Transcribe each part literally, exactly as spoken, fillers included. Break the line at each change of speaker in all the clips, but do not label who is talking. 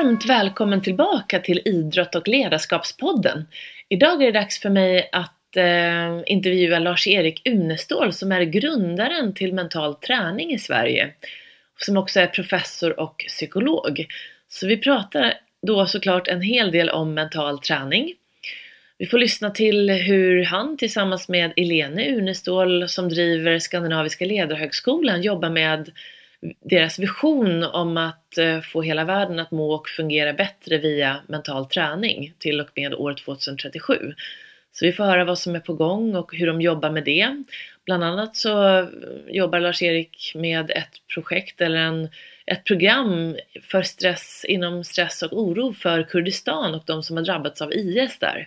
Varmt välkommen tillbaka till Idrott- och ledarskapspodden. Idag är det dags för mig att eh, intervjua Lars-Erik Unestål som är grundaren till mental träning i Sverige. Som också är professor och psykolog. Så vi pratar då såklart en hel del om mental träning. Vi får lyssna till hur han tillsammans med Elene Unestål som driver Skandinaviska ledarhögskolan jobbar med deras vision om att få hela världen att må och fungera bättre via mental träning till och med år tjugohundratrettiosju. Så vi får höra vad som är på gång och hur de jobbar med det. Bland annat så jobbar Lars-Erik med ett projekt eller en, ett program för stress inom stress och oro för Kurdistan och de som har drabbats av I S där.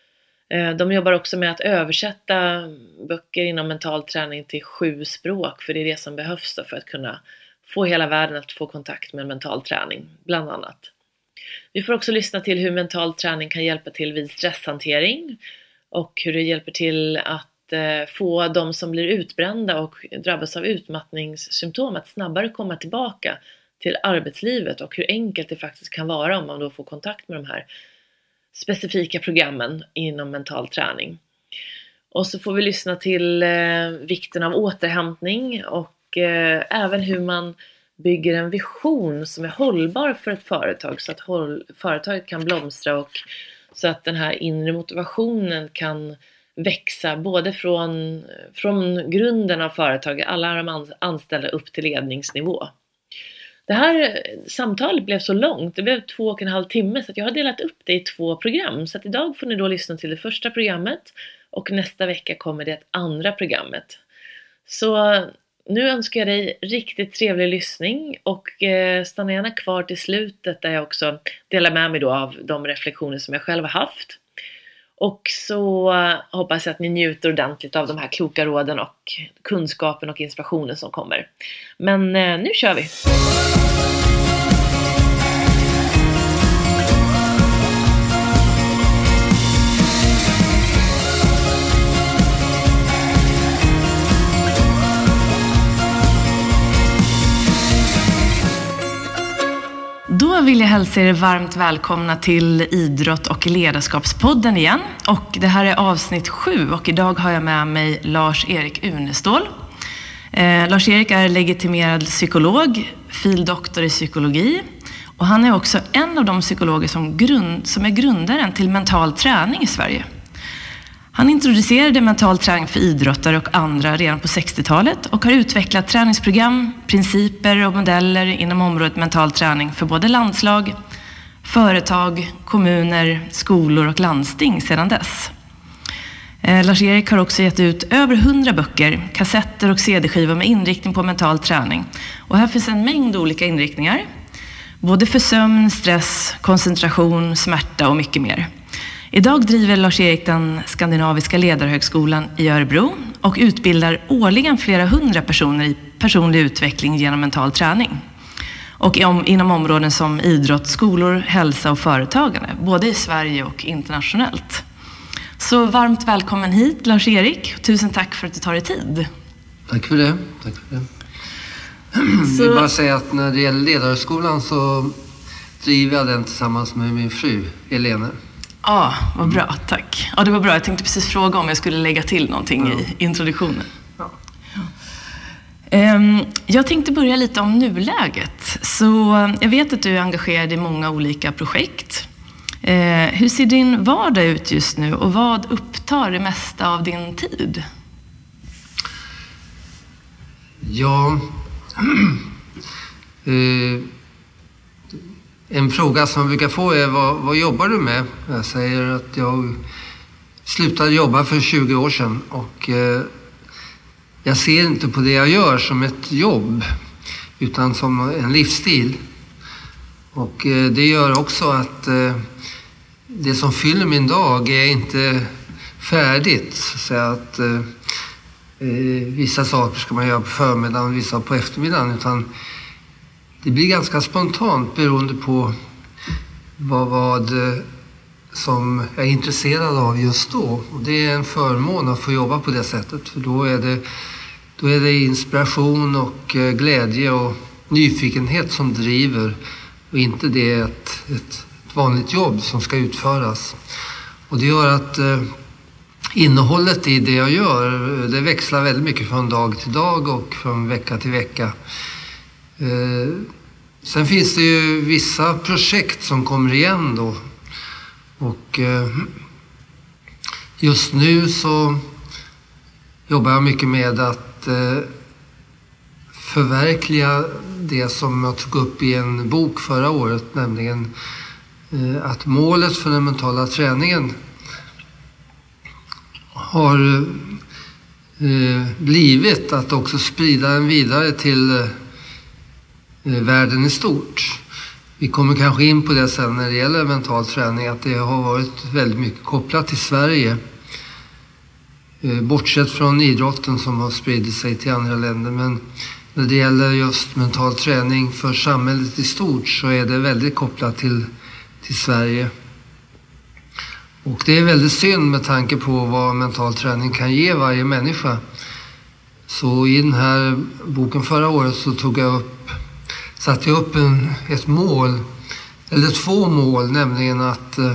De jobbar också med att översätta böcker inom mental träning till sju språk, för det är det som behövs för att kunna få hela världen att få kontakt med mental träning, bland annat. Vi får också lyssna till hur mental träning kan hjälpa till vid stresshantering och hur det hjälper till att få de som blir utbrända och drabbas av utmattningssymptom att snabbare komma tillbaka till arbetslivet och hur enkelt det faktiskt kan vara om man då får kontakt med de här specifika programmen inom mental träning. Och så får vi lyssna till eh, vikten av återhämtning och eh, även hur man bygger en vision som är hållbar för ett företag så att håll, företaget kan blomstra och så att den här inre motivationen kan växa både från, från grunden av företaget, alla de anställda upp till ledningsnivå. Det här samtalet blev så långt, det blev två och en halv timme så att jag har delat upp det i två program. Så att idag får ni då lyssna till det första programmet och nästa vecka kommer det andra programmet. Så nu önskar jag dig riktigt trevlig lyssning och stanna gärna kvar till slutet där jag också delar med mig då av de reflektioner som jag själv har haft. Och så hoppas jag att ni njuter ordentligt av de här kloka råden och kunskapen och inspirationen som kommer. Men nu kör vi! Då vill jag hälsa er varmt välkomna till Idrott- och ledarskapspodden igen. Och det här är avsnitt sju och idag har jag med mig Lars-Erik Unestål. Eh, Lars-Erik är legitimerad psykolog, fildoktor i psykologi. Och han är också en av de psykologer som, grund, som är grundaren till mental träning i Sverige. Han introducerade mental träning för idrottare och andra redan på sextiotalet och har utvecklat träningsprogram, principer och modeller inom området mental träning för både landslag, företag, kommuner, skolor och landsting sedan dess. Eh, Lars-Erik har också gett ut över hundra böcker, kassetter och C D-skivor med inriktning på mental träning. Och här finns en mängd olika inriktningar, både för sömn, stress, koncentration, smärta och mycket mer. Idag driver Lars-Erik den Skandinaviska ledarhögskolan i Örebro och utbildar årligen flera hundra personer i personlig utveckling genom mental träning. Och inom områden som idrott, skolor, hälsa och företagande, både i Sverige och internationellt. Så varmt välkommen hit Lars-Erik. Tusen tack för att du tar dig tid.
Tack för det. Tack för det. Så... Jag vill bara säga att när det gäller ledarhögskolan så driver jag den tillsammans med min fru, Elene.
Ja, ah, vad bra, tack. Ja, det var bra. Jag tänkte precis fråga om jag skulle lägga till någonting ja. i introduktionen. Ja. Ja. Um, jag tänkte börja lite om nuläget. Så jag vet att du är engagerad i många olika projekt. Uh, hur ser din vardag ut just nu och vad upptar det mesta av din tid?
Ja... uh... En fråga som jag brukar få är, vad, vad jobbar du med? Jag säger att jag slutade jobba för tjugo år sedan och eh, jag ser inte på det jag gör som ett jobb utan som en livsstil. Och eh, det gör också att eh, det som fyller min dag är inte färdigt. Så att eh, eh, vissa saker ska man göra på förmiddagen och vissa på eftermiddagen, utan det blir ganska spontant beroende på vad, vad som jag är intresserad av just då. Och det är en förmån att få jobba på det sättet. För då är det, då är det inspiration och glädje och nyfikenhet som driver och inte det är ett, ett vanligt jobb som ska utföras. Och det gör att eh, innehållet i det jag gör, det växlar väldigt mycket från dag till dag och från vecka till vecka. Eh, sen finns det ju vissa projekt som kommer igen då. Och eh, just nu så jobbar jag mycket med att eh, förverkliga det som jag tog upp i en bok förra året, nämligen eh, att målet för den mentala träningen har eh, blivit att också sprida den vidare till eh, världen i stort. Vi kommer kanske in på det sen när det gäller mental träning, att det har varit väldigt mycket kopplat till Sverige. Eh, bortsett från idrotten som har spridit sig till andra länder, men när det gäller just mental träning för samhället i stort så är det väldigt kopplat till, till Sverige. Och det är väldigt synd med tanke på vad mental träning kan ge varje människa. Så i den här boken förra året så tog jag upp, satte jag upp en, ett mål, eller två mål, nämligen att eh,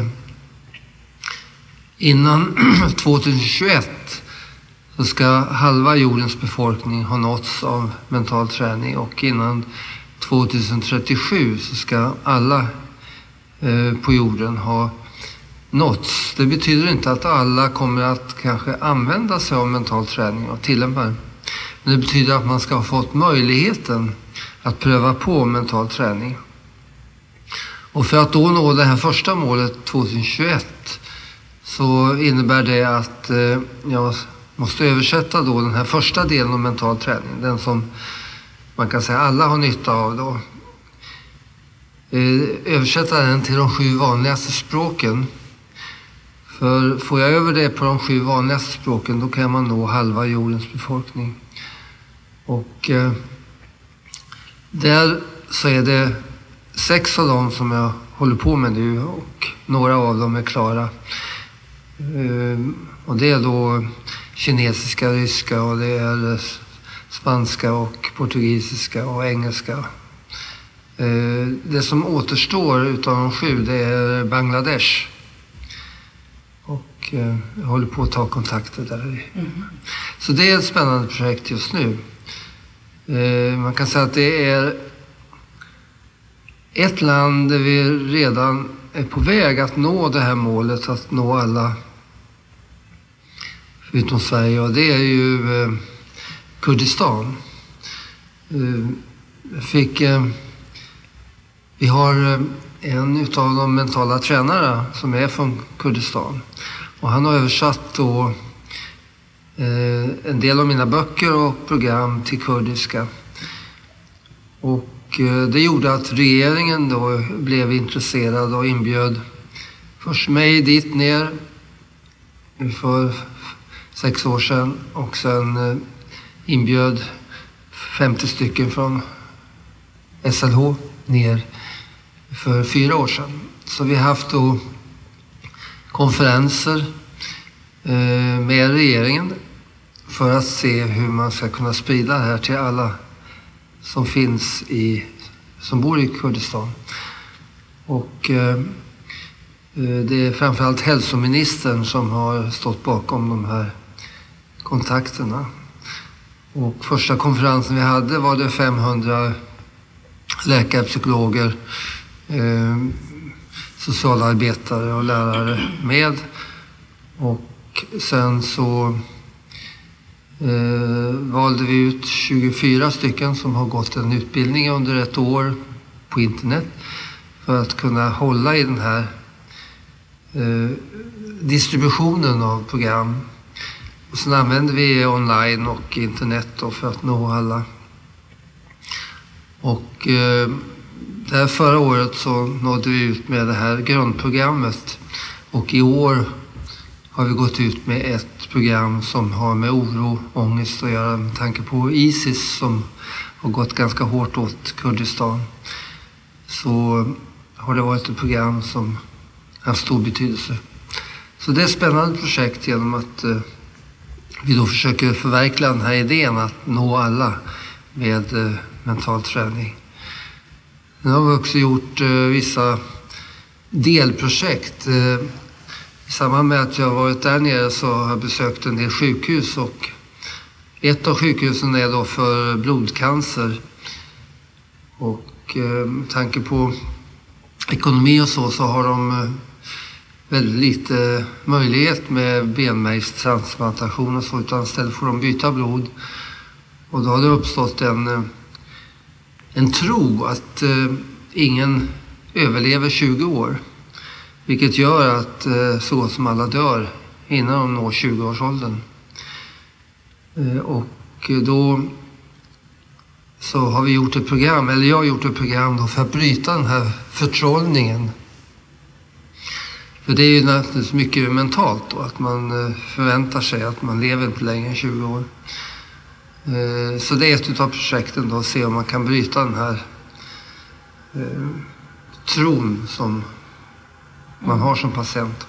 innan tjugohundratjugoett så ska halva jordens befolkning ha nåtts av mental träning, och innan tjugotrettiosju så ska alla eh, på jorden ha nåtts. Det betyder inte att alla kommer att kanske använda sig av mental träning och tillämpa det. Men det betyder att man ska ha fått möjligheten att pröva på mental träning. Och för att då nå det här första målet tjugohundratjugoett så innebär det att eh, jag måste översätta då den här första delen av mental träning, den som man kan säga alla har nytta av då. Eh, översätta den till de sju vanligaste språken. För får jag över det på de sju vanligaste språken, då kan man nå halva jordens befolkning. Och eh, där så är det sex av dem som jag håller på med nu, och några av dem är klara. Eh, och det är då kinesiska, ryska, och det är spanska och portugisiska och engelska. Eh, det som återstår utav de sju, det är Bangladesh. Och eh, jag håller på att ta kontakter där. Mm. Så det är ett spännande projekt just nu. Eh, man kan säga att det är ett land där vi redan är på väg att nå det här målet, att nå alla utom Sverige, och det är ju eh, Kurdistan. Eh, fick, eh, vi har eh, en utav de mentala tränare som är från Kurdistan, och han har översatt då eh, en del av mina böcker och program till kurdiska. Och eh, det gjorde att regeringen då blev intresserad och inbjöd först mig dit ner för sex år sedan, och sen eh, inbjöd femtio stycken från S L H ner för fyra år sedan. Så vi har haft då konferenser eh, med regeringen för att se hur man ska kunna sprida det här till alla som finns i, som bor i Kurdistan. Och eh, det är framförallt hälsoministern som har stått bakom de här kontakterna. Och första konferensen vi hade var det femhundra läkare, psykologer, eh, socialarbetare och lärare med. Och sen så eh, valde vi ut tjugofyra stycken som har gått en utbildning under ett år på internet för att kunna hålla i den här eh, distributionen av program. Och sen använder vi online och internet då för att nå alla. Och eh, där förra året så nådde vi ut med det här grundprogrammet, och i år har vi gått ut med ett program som har med oro och ångest att göra med tanke på ISIS som har gått ganska hårt åt Kurdistan. Så har det varit ett program som har stor betydelse. Så det är ett spännande projekt genom att eh, vi då försöker förverkliga den här idén att nå alla med eh, mental träning. Nu har vi också gjort eh, vissa delprojekt. Eh, I samband med att jag varit där nere så har jag besökt en del sjukhus, och ett av sjukhusen är då för blodcancer. Och eh, med tanke på ekonomi och så, så har de eh, väldigt lite möjlighet med benmärgstransplantation och så, utan istället får de byta blod. Och då har det uppstått en, eh, en tro att eh, ingen överlever tjugo år. Vilket gör att eh, så gott som alla dör innan de når tjugo-årsåldern. Eh, och då så har vi gjort ett program, eller jag har gjort ett program då för att bryta den här förtrollningen. För det är ju naturligtvis mycket mentalt då, att man eh, förväntar sig att man lever inte längre än tjugo år. Eh, så det är ett av projekten då, att se om man kan bryta den här eh, tron som man har som patient.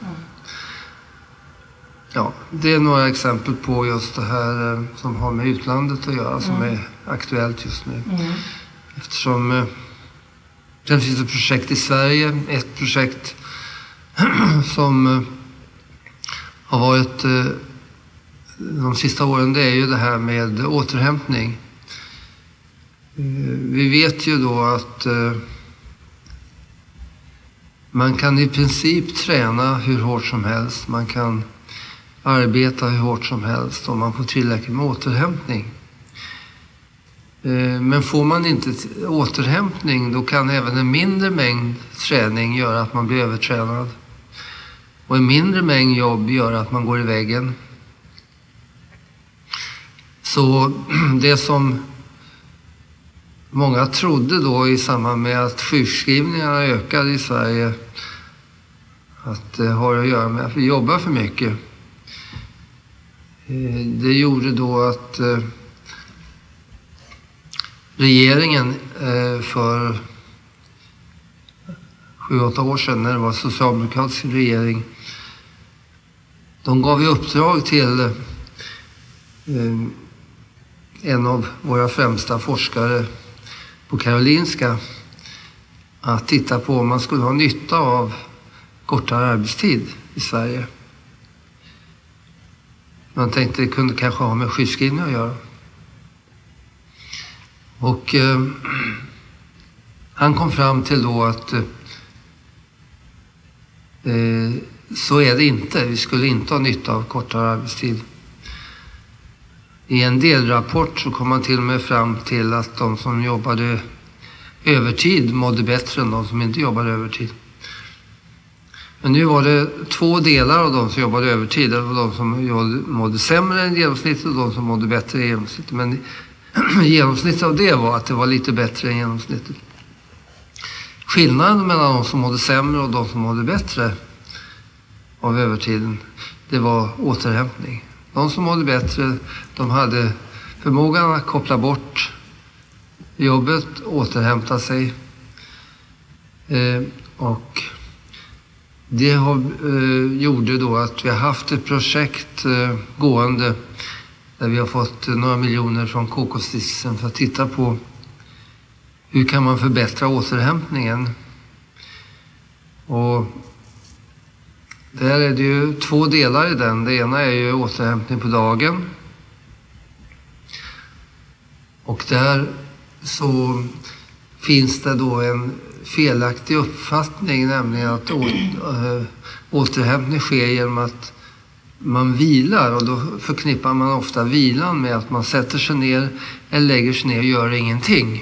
Ja, det är några exempel på just det här eh, som har med utlandet att göra, mm. som är aktuellt just nu. Mm. Eftersom eh, det finns ett projekt i Sverige, ett projekt som eh, har varit eh, de sista åren, det är ju det här med återhämtning. Eh, vi vet ju då att eh, man kan i princip träna hur hårt som helst. Man kan arbeta hur hårt som helst om man får tillräckligt med återhämtning. Men får man inte återhämtning, då kan även en mindre mängd träning göra att man blir övertränad. Och en mindre mängd jobb gör att man går i väggen. Så det som många trodde då i samband med att sjukskrivningarna ökade i Sverige, att det har att göra med att vi jobbar för mycket. Det gjorde då att regeringen för sju åtta år sedan, när det var socialdemokratisk regering, de gav i uppdrag till en av våra främsta forskare på Karolinska att titta på om man skulle ha nytta av kortare arbetstid i Sverige. Man tänkte det kunde kanske ha med sjukskrivning att göra. Och eh, han kom fram till då att eh, så är det inte. Vi skulle inte ha nytta av kortare arbetstid. I en delrapport så kom man till och med fram till att de som jobbade övertid mådde bättre än de som inte jobbade övertid. Men nu var det två delar av de som jobbade övertid. Det var de som mådde sämre än genomsnittet och de som mådde bättre än genomsnittet. Men genomsnittet av det var att det var lite bättre än genomsnittet. Skillnaden mellan de som mådde sämre och de som mådde bättre av övertiden, det var återhämtning. De som mådde bättre, de hade förmågan att koppla bort jobbet, återhämta sig. Eh, och det har, eh, gjorde då att vi har haft ett projekt eh, gående där vi har fått några miljoner från K K-stiftelsen för att titta på hur kan man förbättra återhämtningen. Och där är det ju två delar i den. Det ena är ju återhämtning på dagen. Och där så finns det då en felaktig uppfattning, nämligen att å, äh, återhämtning sker genom att man vilar, och då förknippar man ofta vilan med att man sätter sig ner eller lägger sig ner och gör ingenting.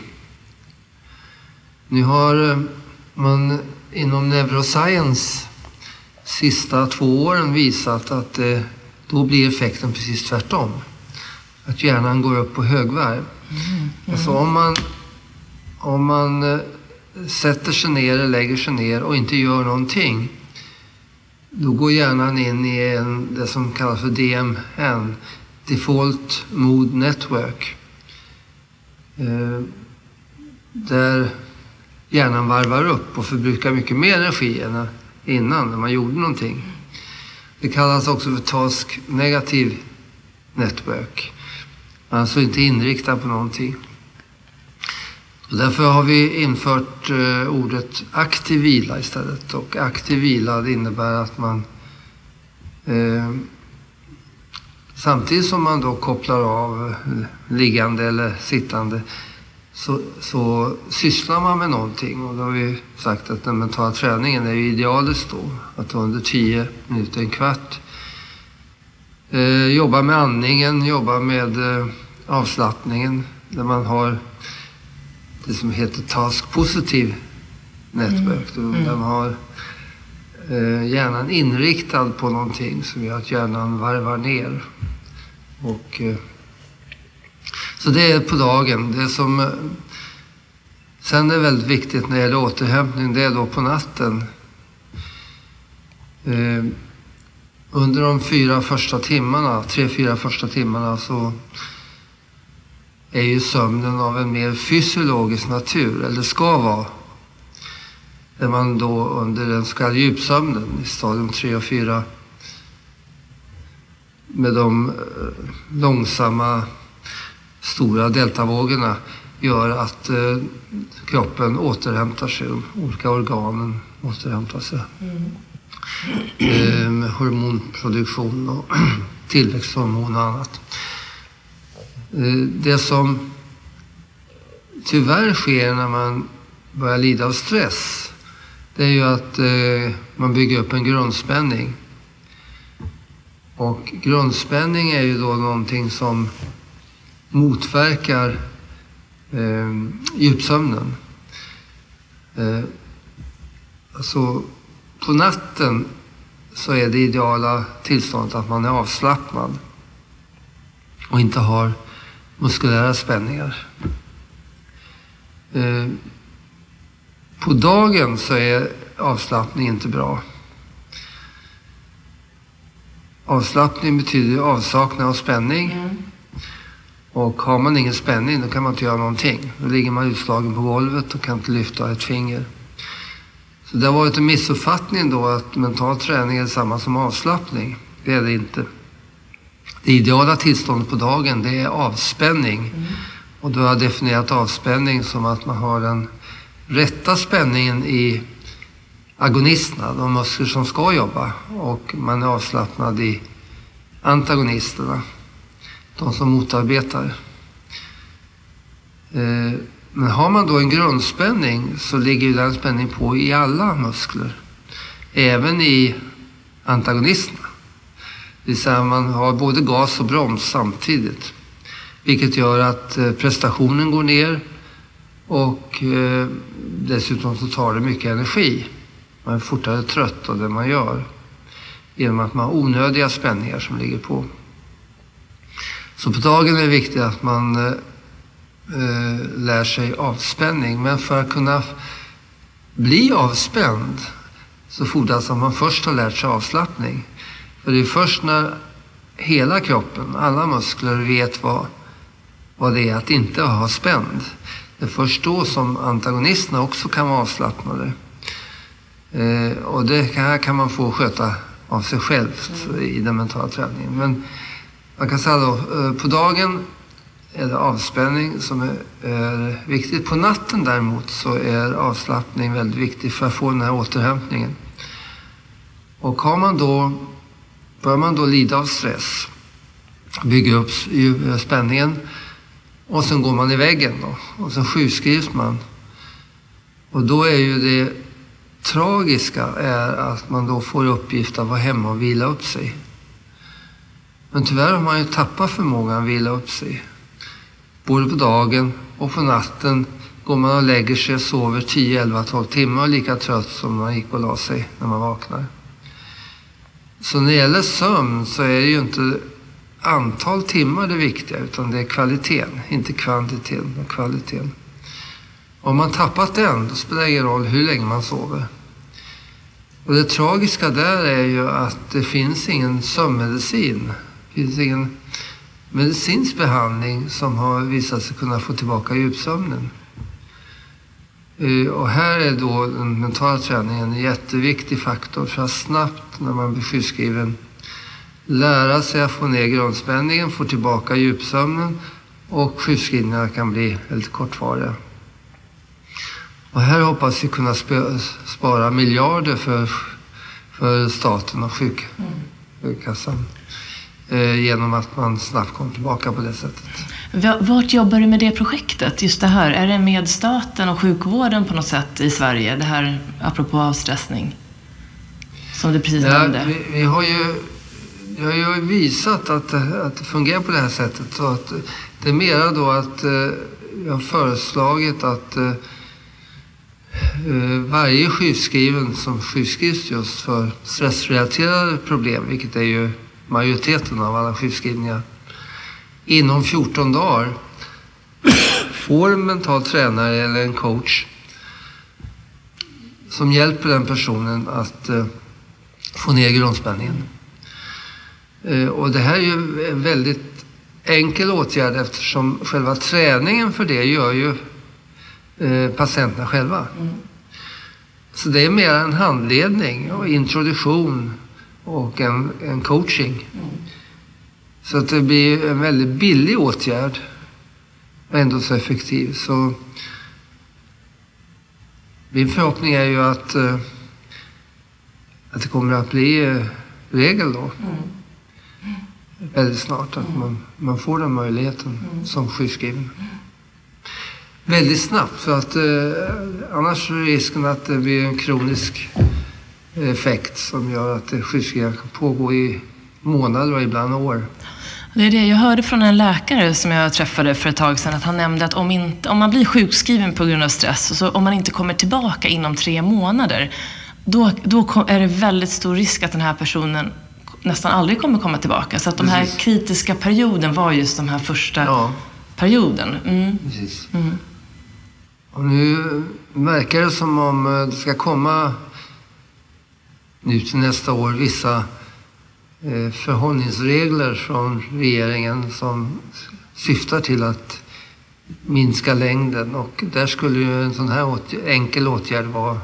Nu har man inom neuroscience sista två åren visat att eh, då blir effekten precis tvärtom. Att hjärnan går upp på högvarv. Mm, mm. Alltså om man, om man eh, sätter sig ner eller lägger sig ner och inte gör någonting, då går hjärnan in i en, det som kallas för D M N, Default Mode Network. Eh, där hjärnan varvar upp och förbrukar mycket mer energi än innan när man gjorde någonting. Det kallas också för Task Negative Network. Alltså inte inriktad på någonting. Och därför har vi infört eh, ordet aktiv vila istället. Och aktiv vila, det innebär att man eh, samtidigt som man då kopplar av eh, liggande eller sittande så, så sysslar man med någonting. Och då har vi sagt att den mentala träningen är ju idealiskt då. Att under tio minuter, en kvart eh, jobba med andningen, jobba med eh, avslappningen. Där man har det som heter task-positiv nätverk. Mm. Mm. Där man har eh, hjärnan inriktad på någonting som gör att hjärnan varvar ner. Och, eh, så det är på dagen. Det som eh, sen är väldigt viktigt när det gäller återhämtning, det är då på natten. Eh, under de fyra första timmarna, tre, fyra första timmarna så är ju sömnen av en mer fysiologisk natur, eller ska vara. Där man då under den så kallade djupsömnen i stadium tre och fyra med de långsamma stora deltavågorna gör att eh, kroppen återhämtar sig, de olika organen återhämtar sig. Mm. Eh, med hormonproduktion och tillväxthormon och annat. Det som tyvärr sker när man börjar lida av stress, det är ju att eh, man bygger upp en grundspänning. Och grundspänning är ju då någonting som motverkar eh, djupsömnen. Eh, alltså på natten så är det ideala tillståndet att man är avslappnad och inte har muskulära spänningar. Eh, på dagen så är avslappning inte bra. Avslappning betyder avsaknad av spänning. Mm. Och har man ingen spänning då kan man inte göra någonting. Då ligger man utslagen på golvet och kan inte lyfta ett finger. Så det har varit en missuppfattning då att mental träning är samma som avslappning. Det är det inte. Det ideala tillståndet på dagen, det är avspänning. Mm. Och då har jag definierat avspänning som att man har den rätta spänningen i agonisterna, de muskler som ska jobba. Och man är avslappnad i antagonisterna, de som motarbetar. Eh, men har man då en grundspänning så ligger ju den spänningen på i alla muskler. Även i antagonisterna. Det vill säga man har både gas och broms samtidigt. Vilket gör att prestationen går ner och eh, dessutom så tar det mycket energi. Man är fortare trött av det man gör. Genom att man har onödiga spänningar som ligger på. Så på dagen är det viktigt att man eh, lär sig avspänning. Men för att kunna bli avspänd så fordras att man först har lärt sig avslappning. För det är först när hela kroppen, alla muskler vet vad, vad det är att inte ha spänd. Det är först då som antagonisterna också kan vara avslappnade. Eh, och det här kan man få sköta av sig själv i den mentala träningen. Men man kan säga då, eh, på dagen är det avspänning som är, är viktigt. På natten däremot så är avslappning väldigt viktigt för att få den här återhämtningen. Och har man då bör man då lida av stress, bygga upp spänningen och sen går man i väggen då och sen sjukskrivs man. Och då är ju det tragiska är att man då får uppgift att vara hemma och vila upp sig. Men tyvärr har man ju tappat förmågan att vila upp sig. Både på dagen och på natten går man och lägger sig och sover tio, elva, tolv timmar lika trött som man gick och la sig när man vaknar. Så när det gäller sömn så är det ju inte antal timmar det viktiga utan det är kvaliteten, inte kvantiteten och kvaliteten. Om man tappat den då spelar det ingen roll hur länge man sover. Och det tragiska där är ju att det finns ingen sömnmedicin. Det finns ingen medicinsk behandling som har visat sig kunna få tillbaka djupsömnen. Och här är då den mentala träningen en jätteviktig faktor för att snabbt när man blir sjukskriven lära sig att få ner grundspänningen, få tillbaka djupsömnen och sjukskrivningarna kan bli väldigt kortvariga. Och här hoppas vi kunna spara miljarder för, för staten och sjukkassan mm. genom att man snabbt kommer tillbaka på det sättet.
Vart jobbar du med det projektet? Just det här, är det med staten och sjukvården på något sätt i Sverige? Det här apropå avstressning som du precis
ja,
nämnde.
Vi, vi har ju, jag har ju visat att, att det fungerar på det här sättet. Så att det är mera då att jag har föreslagit att varje sjukskriven som sjukskrivs just för stressrelaterade problem, vilket är ju majoriteten av alla sjukskrivningar, inom fjorton dagar får en mental tränare eller en coach som hjälper den personen att uh, få ner grundspänningen. Uh, och det här är ju en väldigt enkel åtgärd eftersom själva träningen för det gör ju uh, patienterna själva. Mm. Så det är mer en handledning och introduktion och en, en coaching. Mm. Så att det blir en väldigt billig åtgärd och ändå så effektiv. Så min förhoppning är ju att, att det kommer att bli regel då. Mm. Väldigt snart. Att man, man får den möjligheten mm. som sjukskriven. Mm. Väldigt snabbt. För att eh, annars är risken att det blir en kronisk effekt som gör att sjukskrivningen kan pågå i månader och ibland år.
Det är det jag hörde från en läkare som jag träffade för ett tag sedan, att han nämnde att om, inte, om man blir sjukskriven på grund av stress och så om man inte kommer tillbaka inom tre månader, då, då är det väldigt stor risk att den här personen nästan aldrig kommer komma tillbaka. Så att de här Precis. kritiska perioden var just de här första ja. perioden. Mm.
Precis. Mm. Och nu verkar det som om det ska komma nu till nästa år vissa förhållningsregler från regeringen som syftar till att minska längden, och där skulle ju en sån här åtgärd, enkel åtgärd vara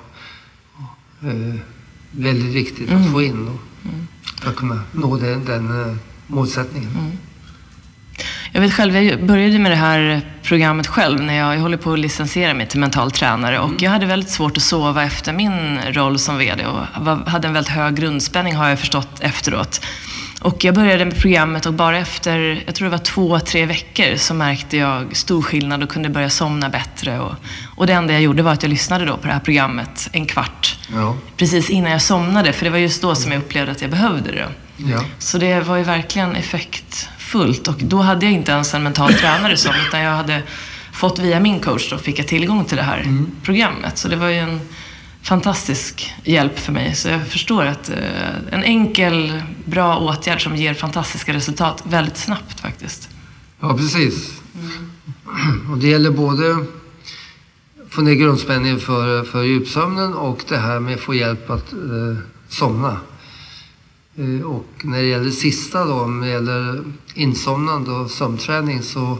eh, väldigt viktigt mm. att få in och, mm. för att kunna nå den, den eh, målsättningen. Mm.
Jag vet själv, jag började med det här programmet själv när jag, jag håller på att licensiera mig till mental tränare och mm. jag hade väldigt svårt att sova efter min roll som vd och var, hade en väldigt hög grundspänning, har jag förstått efteråt. Och jag började med programmet och bara efter, jag tror det var två, tre veckor så märkte jag stor skillnad och kunde börja somna bättre. Och, och det enda jag gjorde var att jag lyssnade då på det här programmet en kvart. Ja. Precis innan jag somnade, för det var just då som jag upplevde att jag behövde det. Ja. Så det var ju verkligen effektfullt. Och då hade jag inte ens en mental tränare som, utan jag hade fått via min coach då, fick jag tillgång till det här mm. programmet. Så det var ju en fantastisk hjälp för mig. Så jag förstår att eh, en enkel, bra åtgärd som ger fantastiska resultat väldigt snabbt faktiskt.
Ja, precis. Mm. Och det gäller både att få ner grundspänningen för, för djupsömnen och det här med att få hjälp att eh, somna. Eh, och när det gäller det sista då, när det gäller insomnande och sömnträning, så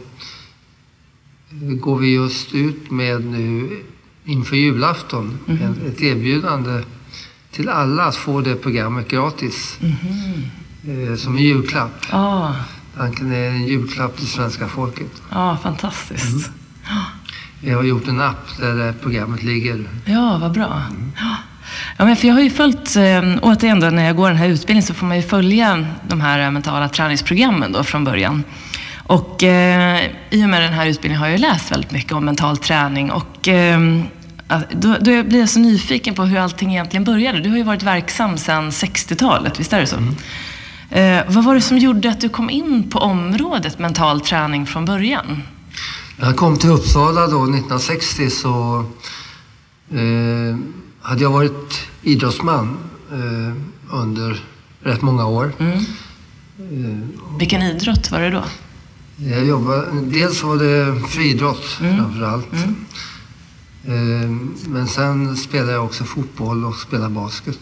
eh, går vi just ut med nu inför julafton mm. ett erbjudande till alla att få det programmet gratis mm. eh, som en julklapp.
Oh.
Tanken är en julklapp till svenska folket.
Ja, oh, fantastiskt. Mm.
Jag har gjort en app där det programmet ligger.
Ja, vad bra. Mm. Ja, men för jag har ju följt, äh, återigen då, när jag går den här utbildningen så får man ju följa de här mentala träningsprogrammen då från början. Och eh, i och med den här utbildningen har jag läst väldigt mycket om mental träning och eh, då, då blir jag så nyfiken på hur allting egentligen började. Du har ju varit verksam sedan sextiotalet, visst är det så? Mm. Eh, vad var det som gjorde att du kom in på området mental träning från början?
När jag kom till Uppsala då nittonhundrasextio så eh, hade jag varit idrottsman eh, under rätt många år. Mm.
Eh, Vilken idrott var det då?
Jag jobbade, dels var det friidrott mm. framförallt. Mm. Eh, men sen spelade jag också fotboll och spelade basket.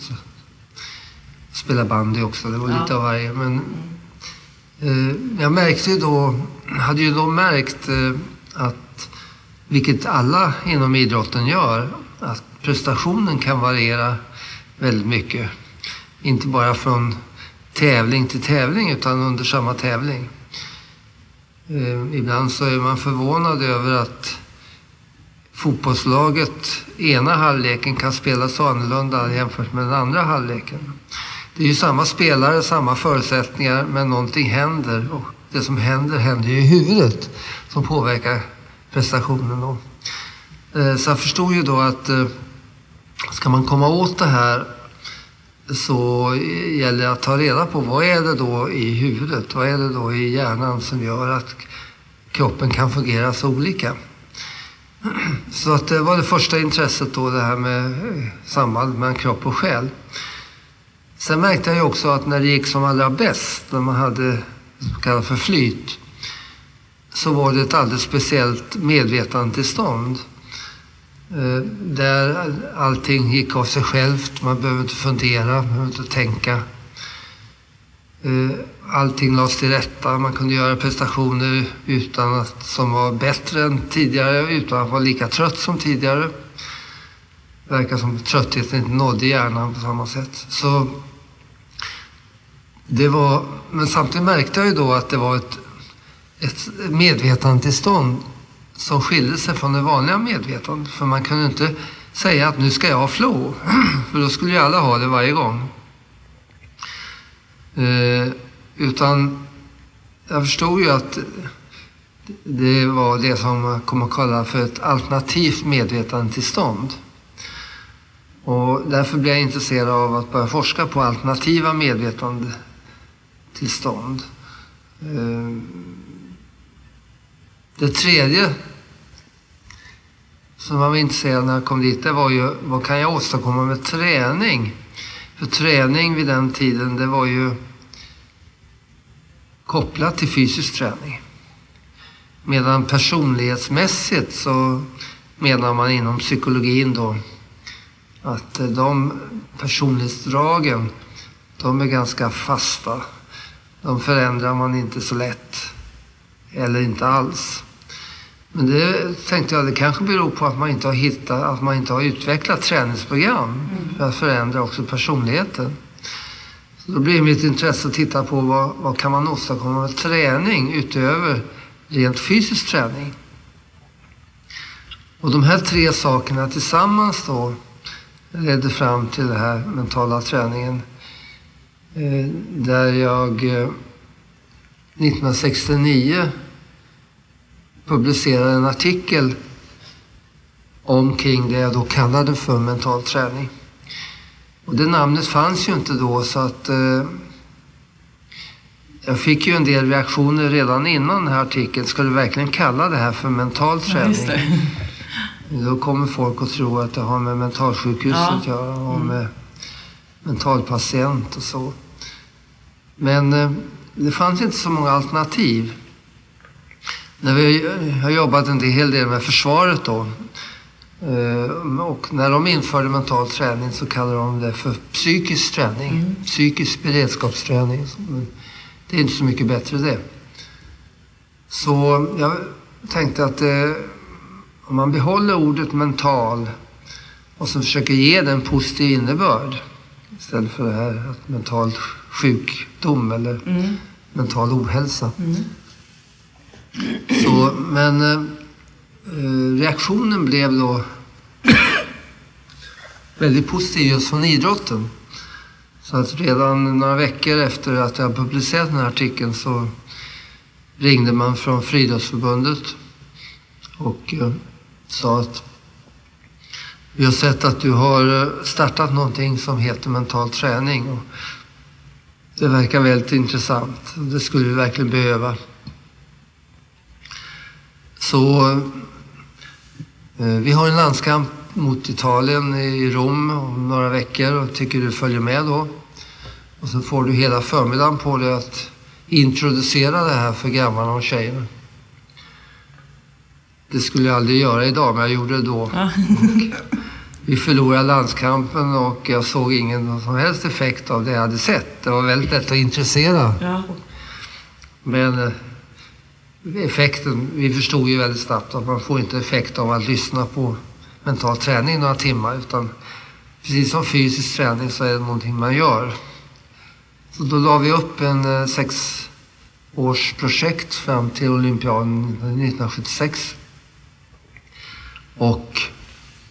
Spelade bandy också, det var ja. lite av varje. Men eh, jag märkte ju då, hade ju då märkt eh, att, vilket alla inom idrotten gör, att prestationen kan variera väldigt mycket. Inte bara från tävling till tävling utan under samma tävling. Eh, ibland så är man förvånad över att fotbollslaget ena halvleken kan spela så annorlunda jämfört med den andra halvleken. Det är ju samma spelare, samma förutsättningar, men någonting händer. Och det som händer händer ju i huvudet som påverkar prestationen. Då. Så jag förstod ju då att ska man komma åt det här så gäller det att ta reda på vad är det då i huvudet, vad är det då i hjärnan som gör att kroppen kan fungera så olika. Så att det var det första intresset då, det här med samband mellan kropp och själ. Sen märkte jag ju också att när det gick som allra bäst, när man hade så kallat för flyt, så var det ett alldeles speciellt medvetandetillstånd. Där allting gick av sig självt, man behöver inte fundera, man behöver inte tänka. Allting lades till rätta, man kunde göra prestationer utan att, som var bättre än tidigare, utan att vara lika trött som tidigare. Det verkar som tröttheten inte nådde hjärnan på samma sätt. Så det var, men samtidigt märkte jag ju då att det var ett, ett medvetandetillstånd som skilde sig från det vanliga medvetandet. För man kunde inte säga att nu ska jag ha flow, för då skulle ju alla ha det varje gång. Eh, utan jag förstod ju att det var det som man kommer att kalla för ett alternativt medvetandetillstånd. Och därför blev jag intresserad av att börja forska på alternativa medvetandetillstånd. Eh, det tredje som man var intresserad när jag kom dit, det var ju vad kan jag åstadkomma med träning? För träning vid den tiden, det var ju kopplat till fysisk träning. Medan personlighetsmässigt så menar man inom psykologin då att de personlighetsdragen, de är ganska fasta. De förändrar man inte så lätt eller inte alls. Men det tänkte jag, det kanske beror på att man inte har hittat, att man inte har utvecklat träningsprogram mm. för att förändra också personligheten. Så då blir mitt intresse att titta på vad, vad kan man åstadkomma med träning utöver rent fysisk träning. Och de här tre sakerna tillsammans då ledde fram till den här mentala träningen. Eh, där jag eh, nittonhundrasextionio publicerade en artikel omkring det jag då kallade för mental träning. Och det namnet fanns ju inte då, så att eh, jag fick ju en del reaktioner redan innan den här artikeln. Ska du verkligen kalla det här för mental träning? Ja, då kommer folk att tro att det har med mentalsjukhuset ja. att göra och mm. med mentalpatient och så. Men eh, det fanns inte så många alternativ. När vi har jobbat en hel del med försvaret då, och när de införde mental träning så kallar de det för psykisk träning, mm. psykisk beredskapsträning. Det är inte så mycket bättre det. Så jag tänkte att eh, om man behåller ordet mental och så försöker ge den positiv innebörd istället för det här att mental sjukdom eller mm. mental ohälsa. Mm. Så, men eh, reaktionen blev då väldigt positiv just från idrotten. Så att redan några veckor efter att jag publicerat den här artikeln så ringde man från Friidrottsförbundet och eh, sa att vi har sett att du har startat någonting som heter mental träning och det verkar väldigt intressant. Det skulle vi verkligen behöva. Så eh, vi har en landskamp mot Italien i Rom om några veckor och tycker du följer med då. Och så får du hela förmiddagen på dig att introducera det här för grabbarna och tjejerna. Det skulle jag aldrig göra idag, men jag gjorde det då. Ja. Vi förlorade landskampen och jag såg ingen som helst effekt av det jag hade sett. Det var väldigt lätt att intressera. Ja. Men effekten, vi förstod ju väldigt snabbt att man får inte effekt av att lyssna på mental träning några timmar, utan precis som fysisk träning så är det någonting man gör. Så då la vi upp en eh, sex års projekt fram till olympiaden nittonhundrasjuttiosex. Och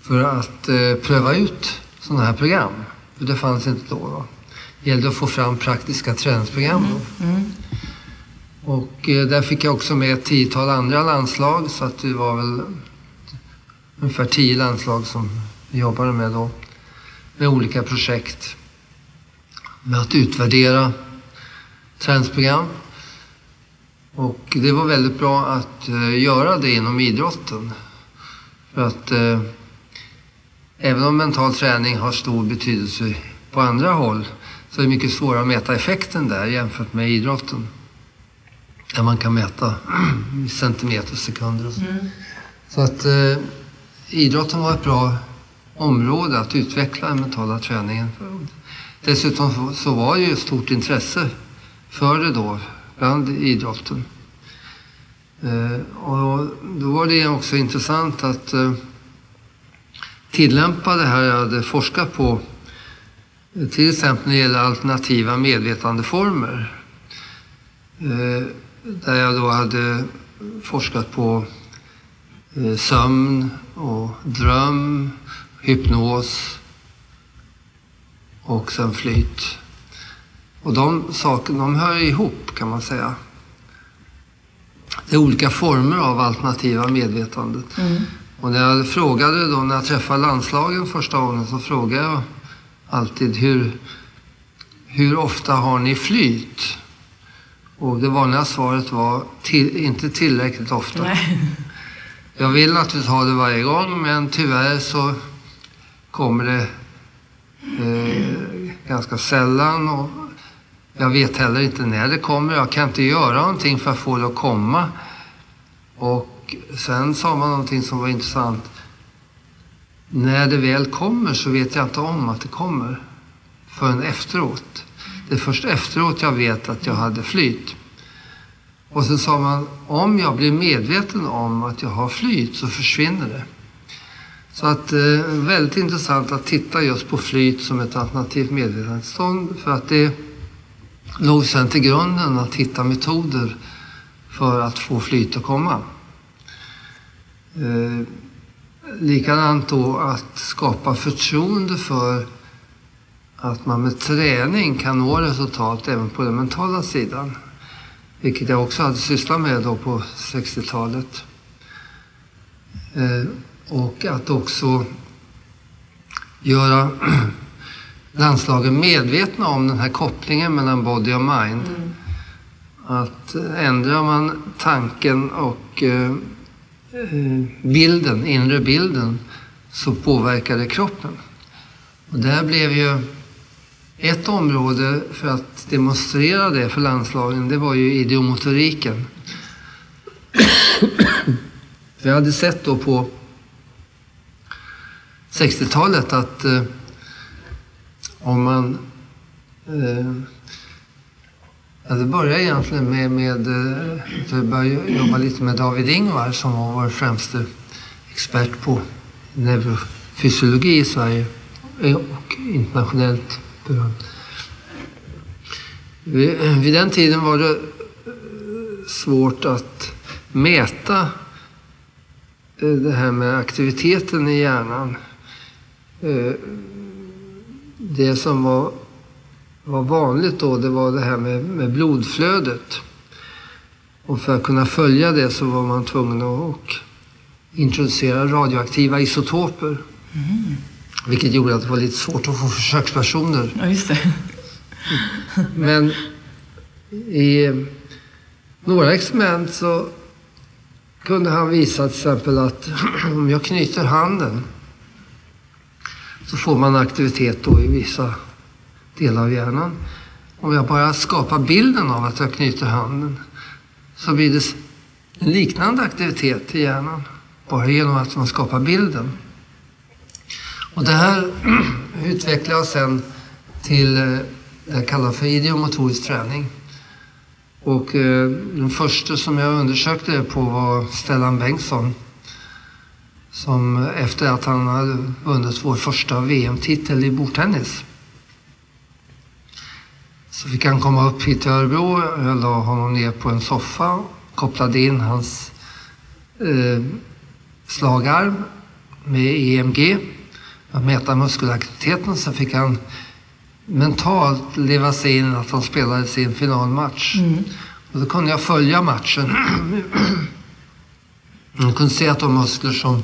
för att eh, pröva ut sådana här program. För det fanns inte då. då. Det gällde att få fram praktiska träningsprogram. Mm. Mm. Och eh, där fick jag också med ett tiotal andra landslag, så att det var väl ungefär tio landslag som vi jobbade med då. Med olika projekt. Med att utvärdera träningsprogram. Och det var väldigt bra att eh, göra det inom idrotten. För att eh, även om mental träning har stor betydelse på andra håll, så är det mycket svårare att mäta effekten där jämfört med idrotten. Där man kan mäta centimeter, sekunder och så. Mm. Så att eh, idrotten var ett bra område att utveckla den mentala träningen. Dessutom så var det ju ett stort intresse för det då bland idrotten. Eh, och då var det också intressant att eh, tillämpa det här jag hade forskat på, till exempel när det gäller alternativa medvetandeformer. Eh, där jag då hade forskat på eh, sömn och dröm, hypnos och sen flyt. Och de sakerna, de hör ihop kan man säga. Det är olika former av alternativa medvetandet. Mm. Och när jag frågade då, när jag träffade landslagen första gången, så frågade jag alltid hur, hur ofta har ni flyt? Och det vanliga svaret var till, inte tillräckligt ofta. Nej. Jag vill att vi tar det varje gång, men tyvärr så kommer det eh, ganska sällan. Och jag vet heller inte när det kommer. Jag kan inte göra någonting för att få det att komma. Och sen sa man någonting som var intressant. När det väl kommer så vet jag inte om att det kommer förrän efteråt. Det är först efteråt jag vet att jag hade flyt. Och sen sa man, om jag blir medveten om att jag har flyt så försvinner det. Så att eh, väldigt intressant att titta just på flyt som ett alternativt medvetandestånd, för att det låg sen till grunden att hitta metoder för att få flyt att komma. Eh, likadant då att skapa förtroende för att man med träning kan nå resultat även på den mentala sidan. Vilket jag också hade sysslat med då på sextiotalet. Eh, och att också göra landslagen medvetna om den här kopplingen mellan body och mind. Mm. Att ändrar man tanken och eh, bilden, inre bilden, så påverkar det kroppen. Och där blev ju ett område för att demonstrera det för landslagen, det var ju ideomotoriken. Vi hade sett då på sextiotalet att eh, om man eh, ja, det började egentligen med, med eh, jag började jobba lite med David Ingvar som var vår främste expert på neurofysiologi i Sverige och internationellt. Vid den tiden var det svårt att mäta det här med aktiviteten i hjärnan. Det som var, var vanligt då, det var det här med, med blodflödet. Och för att kunna följa det så var man tvungen att introducera radioaktiva isotoper. Mm. Vilket gjorde att det var lite svårt att få försökspersoner.
Ja, just det.
Men i några experiment så kunde han visa till exempel att om jag knyter handen så får man aktivitet då i vissa delar av hjärnan. Om jag bara skapar bilden av att jag knyter handen så blir det en liknande aktivitet i hjärnan. Bara genom att man skapar bilden. Och det här utvecklar jag sen till det jag kallar för ideomotorisk träning. Och eh, den första som jag undersökte det på var Stellan Bengtsson. Som efter att han hade vunnit vår första V M-titel i bordtennis. Så fick han komma upp hit till Örebro. Jag la honom ner på en soffa. Kopplade in hans eh, slagarm. med E M G, att mäta muskelaktiviteten, så fick han mentalt leva sig in att han spelade sin finalmatch. Mm. Och då kunde jag följa matchen. Jag kunde se att de muskler som,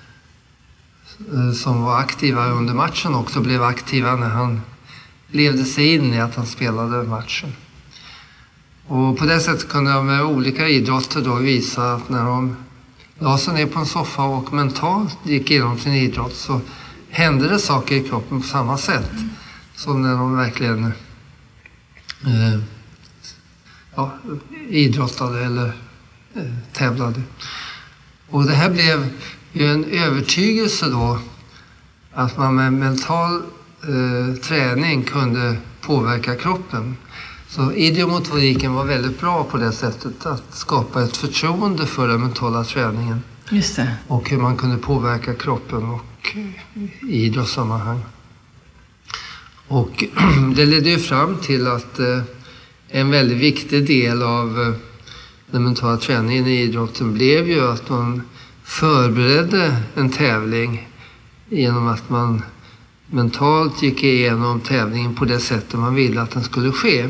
som var aktiva under matchen också blev aktiva när han levde sig in i att han spelade matchen. Och på det sättet kunde jag med olika idrotter då visa att när de la sig ner på en soffa och mentalt gick igenom sin idrott, så hände det saker i kroppen på samma sätt som när de verkligen eh, ja, idrottade eller eh, tävlade. Och det här blev ju en övertygelse då att man med mental eh, träning kunde påverka kroppen. Så idiomotoriken var väldigt bra på det sättet att skapa ett förtroende för den mentala träningen.
Just det.
Och hur man kunde påverka kroppen och i idrottssammanhang. Och det ledde ju fram till att eh, en väldigt viktig del av eh, den mentala träningen i idrotten blev ju att man förberedde en tävling genom att man mentalt gick igenom tävlingen på det sättet man ville att den skulle ske.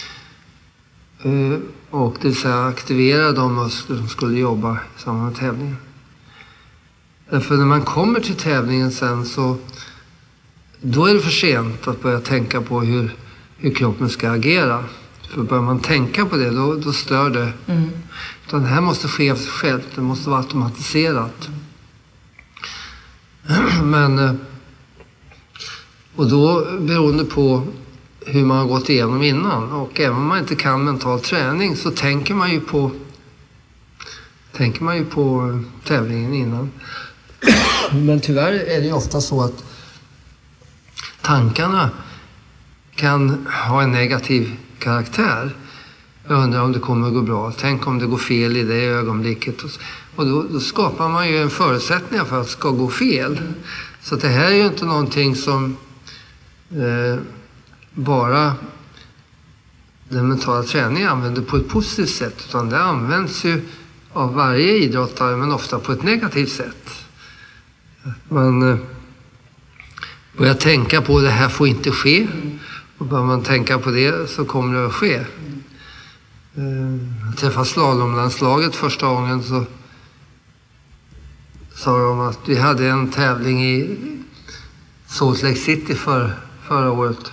Och det vill säga aktivera de muskler som skulle jobba i samband med tävlingen. Därför när man kommer till tävlingen sen, så då är det för sent att börja tänka på hur, hur kroppen ska agera. För börjar man tänka på det, då, då stör det. Mm. Utan det här måste ske av sig självt, det måste vara automatiserat. Men, och då beroende på hur man har gått igenom innan, och även om man inte kan mental träning, så tänker man ju på tänker man ju på tävlingen innan. Men tyvärr är det ju ofta så att tankarna kan ha en negativ karaktär. Jag undrar om det kommer att gå bra. Tänk om det går fel i det ögonblicket. Och då, då skapar man ju en förutsättning för att det ska gå fel. Så det här är ju inte någonting som eh, bara den mentala träningen använder på ett positivt sätt, utan det används ju av varje idrottare, men ofta på ett negativt sätt. Man eh, börjar tänka på det här får inte ske, och börjar man tänka på det så kommer det att ske. Jag träffade slalomlandslaget första gången, så sa de att vi hade en tävling i Salt Lake City för, förra året.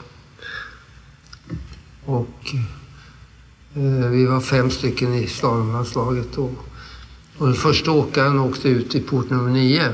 Och eh, vi var fem stycken i slalomlandslaget. Och, och den första åkaren åkte ut i port nummer nio.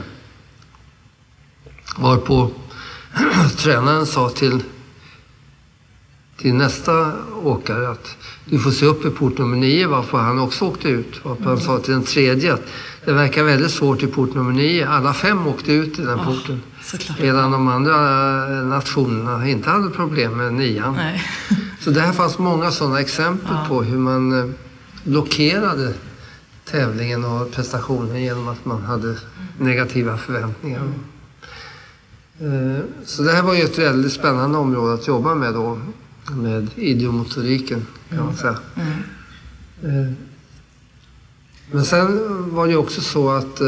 Varpå tränaren sa till, till nästa åkare att du får se upp i port nummer nio, varför han också åkte ut. Varpå han sa till den tredje att det verkar väldigt svårt i port nummer nio. Alla fem åkte ut i den porten. Oh, medan de andra nationerna inte hade problem med nian. Nej. Så det här fanns många sådana exempel ja. på hur man blockerade tävlingen och prestationen genom att man hade negativa förväntningar. Mm. Så det här var ju ett väldigt spännande område att jobba med då, med idiomotoriken kan man säga. Mm. Men sen var det också så att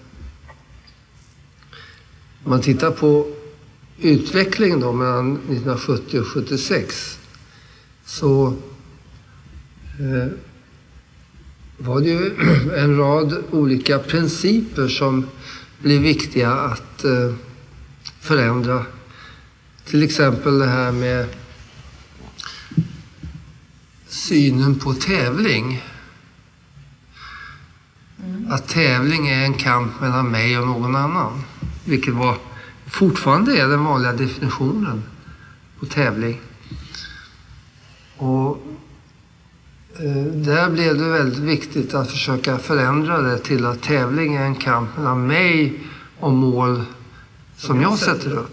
man tittar på utvecklingen då mellan nittonhundrasjuttio och sjuttiosex, så eh, var det ju en rad olika principer som blev viktiga att eh, förändra. Till exempel det här med synen på tävling. Mm. Att tävling är en kamp mellan mig och någon annan. Vilket var, fortfarande är den vanliga definitionen på tävling. Och eh, där blev det väldigt viktigt att försöka förändra det till att tävling är en kamp mellan mig och mål som jag sätter upp.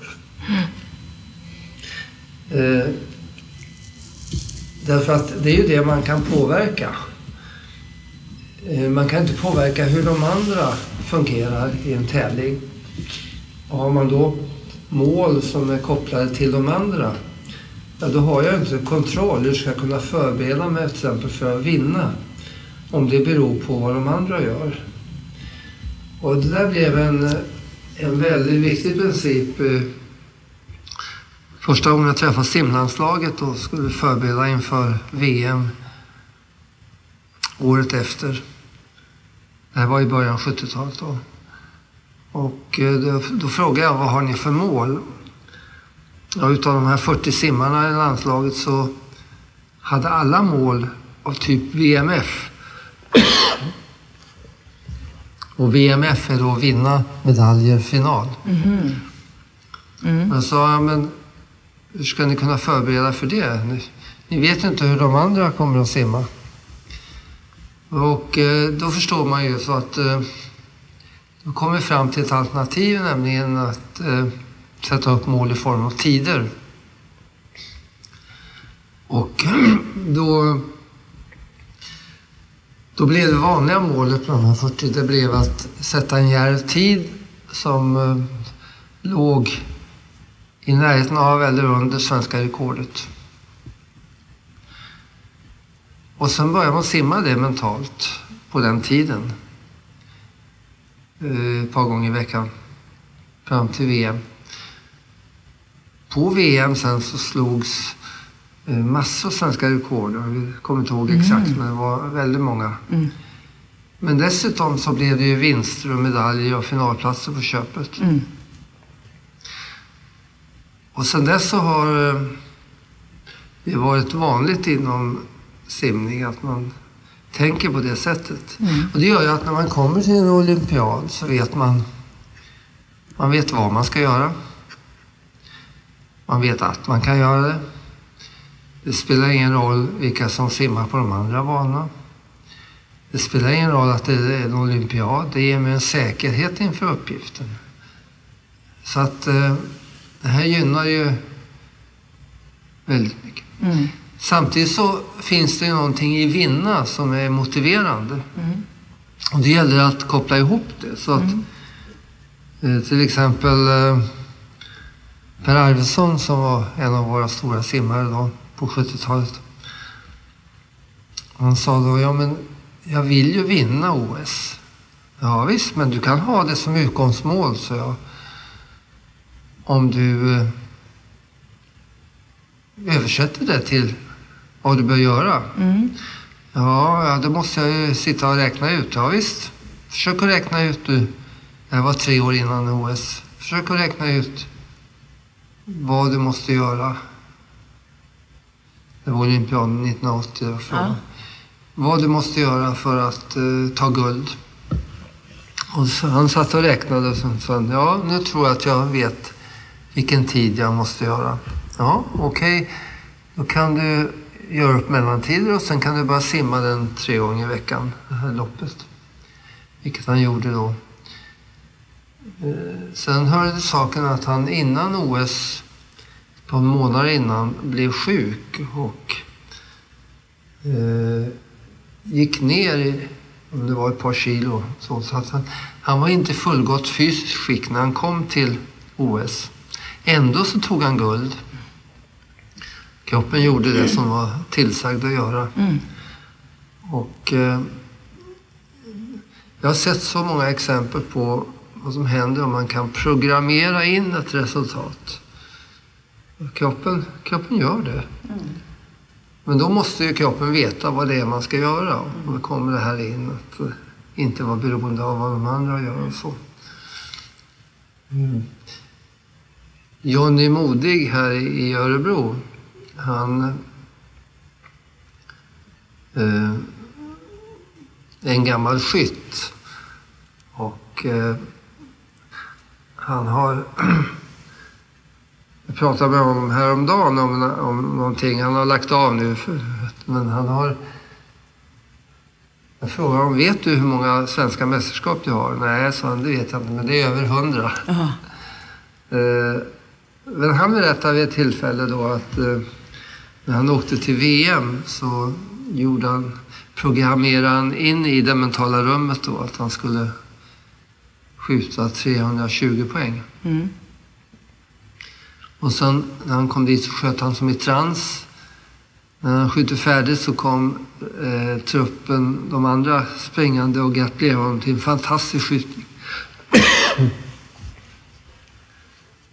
Eh, därför att det är ju det man kan påverka. Eh, man kan inte påverka hur de andra fungerar i en tävling. Och har man då mål som är kopplade till de andra, ja, då har jag inte kontroll hur ska jag kunna förbereda mig till exempel för att vinna, om det beror på vad de andra gör. Och det där blev en en väldigt viktig princip. Första gången jag träffade simlandslaget och skulle förbereda inför V M året efter. Det här var i början av sjuttiotalet då. Och då, då frågade jag, vad har ni för mål? Ja, utav de här fyrtio simmarna i landslaget så hade alla mål av typ V M F. Och V M F är då vinna medaljer final. Mm-hmm. Mm. Jag sa, men hur ska ni kunna förbereda för det? Ni, ni vet inte hur de andra kommer att simma. Och eh, då förstår man ju så att eh, då kommer vi fram till ett alternativ, nämligen att eh, sätta upp mål i form av tider. Och då, då blev det vanliga målet bland de här fyrtio, det blev att sätta en djärv tid som eh, låg i närheten av eller under svenska rekordet. Och sen började man simma det mentalt på den tiden. Ett par gånger i veckan. Fram till V M. På V M sen så slogs massor av svenska rekord. Jag kommer inte ihåg exakt, mm. men det var väldigt många. Mm. Men dessutom så blev det ju vinster och medaljer och finalplatser på köpet. Mm. Och sen dess så har det varit vanligt inom simning att man tänker på det sättet. Mm. Och det gör ju att när man kommer till en olympiad så vet man man vet vad man ska göra. Man vet att man kan göra det. Det spelar ingen roll vilka som simmar på de andra banorna. Det spelar ingen roll att det är en olympiad. Det ger mig en säkerhet inför uppgiften. Så att eh, det här gynnar ju väldigt mycket. Mm. Samtidigt så finns det ju någonting i vinna som är motiverande. Mm. Och det gäller att koppla ihop det. Så att mm. eh, till exempel eh, Per Arvidsson som var en av våra stora simmare då på sjuttiotalet. Han sa då, ja men jag vill ju vinna O S. Ja visst, men du kan ha det som utgångsmål, så jag. Om du eh, översätter det till vad du bör göra. Mm. Ja, ja, då måste jag ju sitta och räkna ut. Ja visst, försök att räkna ut du. Jag var tre år innan O S. Försök att räkna ut vad du måste göra. Det var olympiaden nittonhundraåttio. Ja. Vad du måste göra för att uh, ta guld. Och så, han satt och räknade och sa, ja nu tror jag att jag vet vilken tid jag måste göra. Ja, okej. Okay. Då kan du göra upp mellantider och sen kan du bara simma den tre gånger i veckan, det här loppet. Vilket han gjorde då. Sen hörde saken att han innan O S, på månader innan, blev sjuk och eh, gick ner i, om det var ett par kilo. Så, så att han, han var inte fullgott fysiskt skick när han kom till O S. Ändå så tog han guld. Kroppen gjorde det som var tillsagd att göra. Mm. Och eh, jag har sett så många exempel på vad som händer om man kan programmera in ett resultat. Kroppen, kroppen gör det. Mm. Men då måste ju kroppen veta vad det är man ska göra. Och då kommer det här in att uh, inte vara beroende av vad de andra gör och så. Mm. Johnny Modig här i Örebro, han eh, är en gammal skytt och eh, han har jag pratade med honom häromdagen om, om någonting han har lagt av nu för, men han har jag frågade honom, vet du hur många svenska mästerskap du har? Nej, sa han, det vet jag inte, men det är över hundra. Uh-huh. eh, Men han berättade vid ett tillfälle då att eh, när han åkte till V M så gjorde han, programmerade han in i det mentala rummet då att han skulle skjuta trehundratjugo poäng. Mm. Och sen när han kom dit så sköt han som i trans. När han skjuter färdigt så kom eh, truppen, de andra springande och gratulerade honom till en fantastisk skjutning.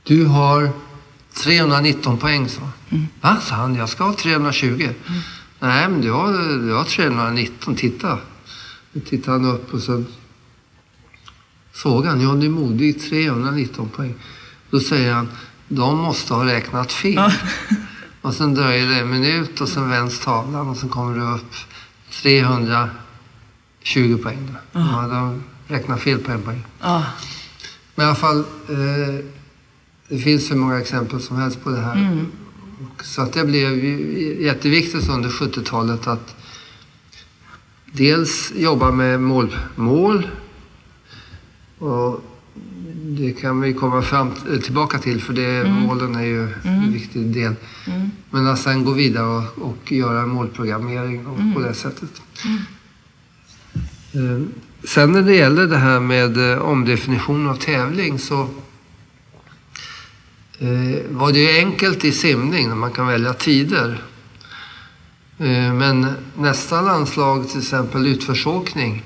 Du har trehundranitton poäng, så.
Mm.
Va, sa han, jag ska ha trehundratjugo. Mm. Nej, men du har, du har trehundranitton, titta. Då tittade han upp och så såg han, ja, du är modig, trehundranitton poäng. Då säger han, de måste ha räknat fel. Ja. Och sen dröjer det en minut och sen vänds tavlan och sen kommer det upp trehundratjugo poäng. Ja. Ja, de räknar fel på en poäng. Ja. Men i alla fall, eh, det finns så många exempel som helst på det här. Mm. Så att det blev jätteviktigt under sjuttiotalet att dels jobba med mål, mål och det kan vi komma fram tillbaka till, för det, mm. målen är ju mm. en viktig del. Mm. Men att sen gå vidare och, och göra en målprogrammering och, mm. på det sättet. Mm. Sen när det gäller det här med omdefinition av tävling så eh, var det ju enkelt i simning när man kan välja tider. Eh, men nästa landslag, till exempel utförsåkning,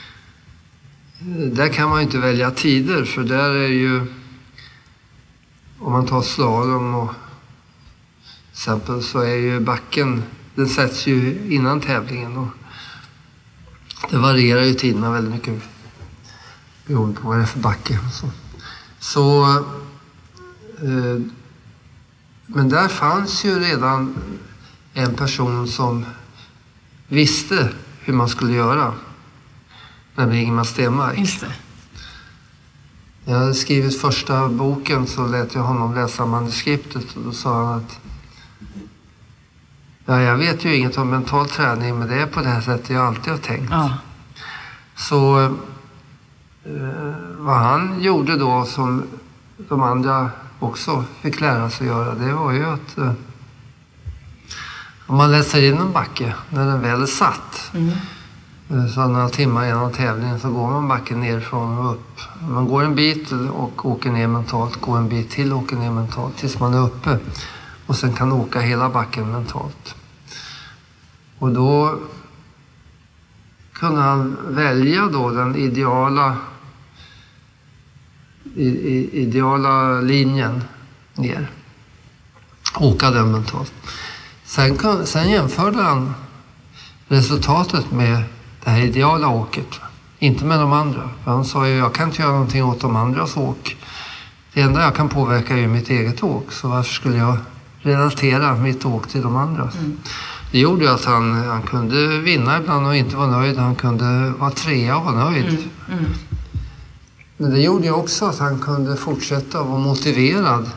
där kan man ju inte välja tider, för där är ju, om man tar slalom och exempel, så är ju backen, den sätts ju innan tävlingen och det varierar ju tiderna väldigt mycket beroende på vad det är för backe. Så, så eh, men där fanns ju redan en person som visste hur man skulle göra. Nämligen Ingemar Stenmark.
Just det.
Jag hade skrivit första boken, så lät jag honom läsa manuskriptet och då sa han att ja, jag vet ju inget om mental träning, men det är på det här sättet jag alltid har tänkt. Ja. Så eh, vad han gjorde då som de andra också fick lära sig göra, det var ju att eh, om man läser in en backe när den väl är satt, mm. så några timmar innan tävlingen så går man backen nerifrån och upp. Man går en bit och åker ner mentalt, går en bit till och åker ner mentalt tills man är uppe. Och sen kan åka hela backen mentalt. Och då kunde han välja då den ideala, i, i, ideala linjen ner. Åka den mentalt. Sen, sen jämförde han resultatet med det här ideala åket. Inte med de andra. För han sa ju, jag kan inte göra någonting åt de andras åk. Det enda jag kan påverka är ju mitt eget åk. Så varför skulle jag relatera mitt åk till de andras? Mm. Det gjorde ju att han, han kunde vinna ibland och inte vara nöjd. Han kunde vara trea och vara nöjd. Mm. Mm. Men det gjorde ju också att han kunde fortsätta vara motiverad.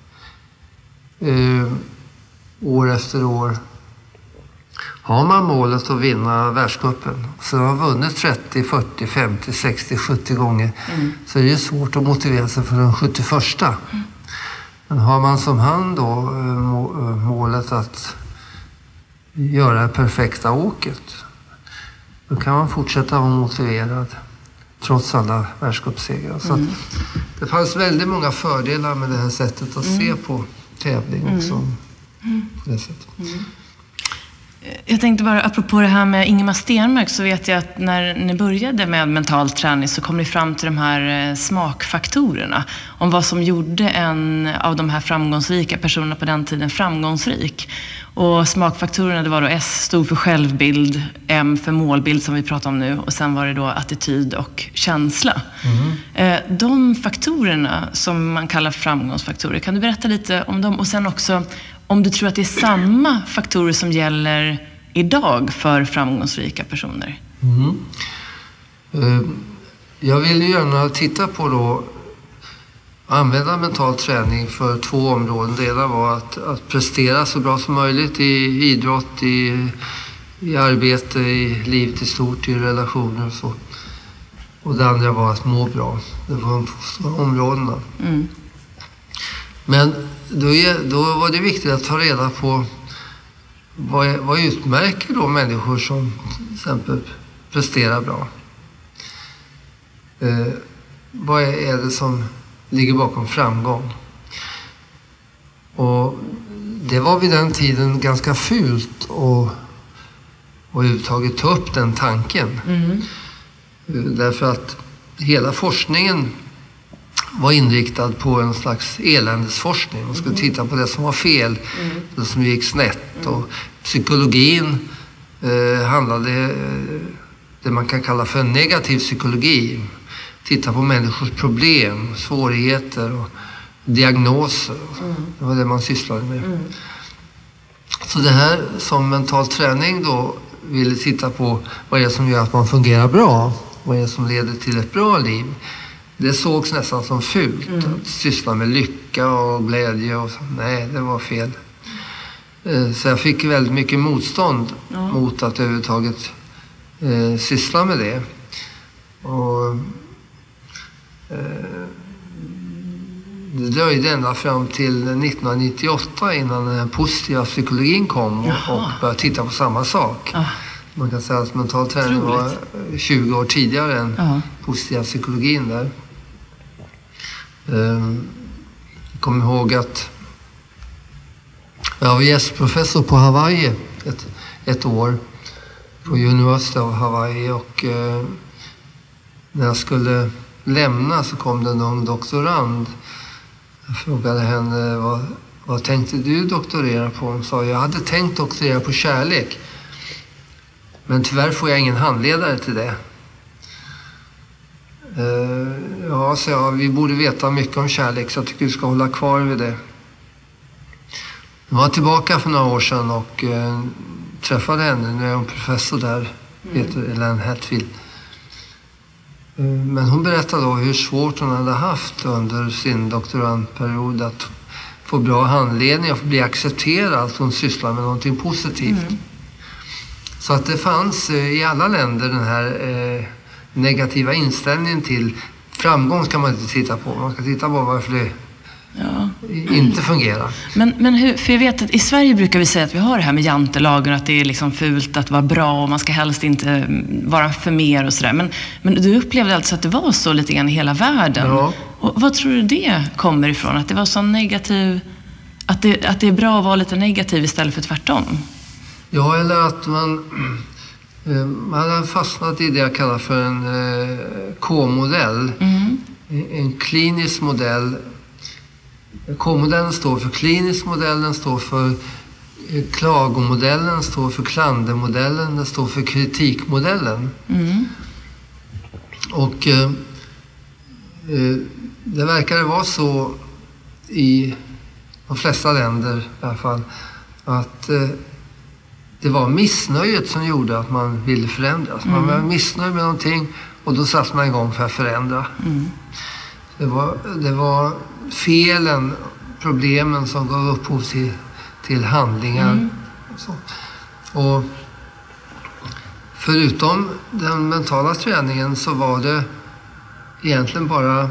Eh, år efter år. Har man målet att vinna världscupen, så har man vunnit trettio, fyrtio, femtio, sextio, sjuttio gånger, mm. så är det svårt att motivera sig för den sjuttioförsta. Mm. Men har man som han då målet att göra det perfekta åket, då kan man fortsätta vara motiverad trots alla världscupsegrar. Så mm. det fanns väldigt många fördelar med det här sättet att mm. se på tävling också. Mm. På det sättet. Mm.
Jag tänkte bara, apropå det här med Ingemar Stenmark, så vet jag att när ni började med mental träning så kom ni fram till de här smakfaktorerna. Om vad som gjorde en av de här framgångsrika personerna på den tiden framgångsrik. Och smakfaktorerna, det var då S stod för självbild, M för målbild som vi pratar om nu, och sen var det då attityd och känsla. Mm. De faktorerna som man kallar framgångsfaktorer, kan du berätta lite om dem? Och sen också om du tror att det är samma faktorer som gäller idag för framgångsrika personer.
Mm. Jag vill ju gärna titta på då använda mental träning för två områden. Det ena var att, att prestera så bra som möjligt i idrott, i, i arbete, i livet i stort, i relationer och så. Och det andra var att må bra. Det var de två områdena. Mm. Men då, är, då var det viktigt att ta reda på vad, vad utmärker då människor som till exempel presterar bra. Eh, vad är det som ligger bakom framgång? Och det var vid den tiden ganska fult att och överhuvudtaget ta upp den tanken. Mm. Därför att hela forskningen var inriktad på en slags eländesforskning. Man skulle titta på det som var fel, mm. det som gick snett. Mm. Och psykologin eh, handlade eh, det man kan kalla för negativ psykologi. Titta på människors problem, svårigheter och diagnoser. Mm. Det var det man sysslade med. Mm. Så det här som mental träning då ville titta på vad är det som gör att man fungerar bra. Vad är det som leder till ett bra liv. Det sågs nästan som fult. Mm. Att syssla med lycka och glädje. Och så. Nej, det var fel. Så jag fick väldigt mycket motstånd mm. mot att överhuvudtaget eh, syssla med det. Och eh, det dröjde ända fram till nittonhundranittioåtta innan den positiva psykologin kom och, och började titta på samma sak. Ah. Man kan säga att mental träning var tjugo år tidigare än ah. positiva psykologin där. Um, jag kommer ihåg att jag var gästprofessor på Hawaii ett, ett år på University of Hawaii och uh, när jag skulle lämna så kom det en ung doktorand. Jag frågade henne, vad, vad tänkte du doktorera på? Hon sa, jag hade tänkt doktorera på kärlek. Men tyvärr får jag ingen handledare till det. Uh, ja, så jag, vi borde veta mycket om kärlek så jag tycker vi ska hålla kvar vid det. Jag var tillbaka för några år sedan och uh, träffade henne. Nu är hon professor där, mm. heter Ellen Hatfield. Men hon berättade då hur svårt hon hade haft under sin doktorandperiod att få bra handledning och bli accepterad att hon sysslar med någonting positivt. Mm. Så att det fanns i alla länder den här eh, negativa inställningen till framgång ska man inte titta på. Man ska titta på varför det ja. inte fungerar.
Men, men hur, för jag vet att i Sverige brukar vi säga att vi har det här med jantelagen, att det är liksom fult att vara bra och man ska helst inte vara för mer och sådär. Men, men du upplevde alltså att det var så lite grann i hela världen. Ja. Och vad tror du det kommer ifrån? Att det var så negativ, att det, att det är bra att vara lite negativ istället för tvärtom?
Ja, eller att man, man hade fastnat i det jag kallar för en K-modell. Mm. En klinisk modell. K-modellen står för klinisk modell, den står för klagomodellen, står för klandermodellen, den står för kritikmodellen. Mm. Och eh, det verkar vara så i de flesta länder i alla fall att eh, det var missnöjet som gjorde att man ville förändras. Mm. Man var missnöjd med någonting och då satt man igång för att förändra. Mm. Det var, det var felen, problemen som gav upphov till, till handlingar. Mm. Och, så. Och förutom den mentala träningen så var det egentligen bara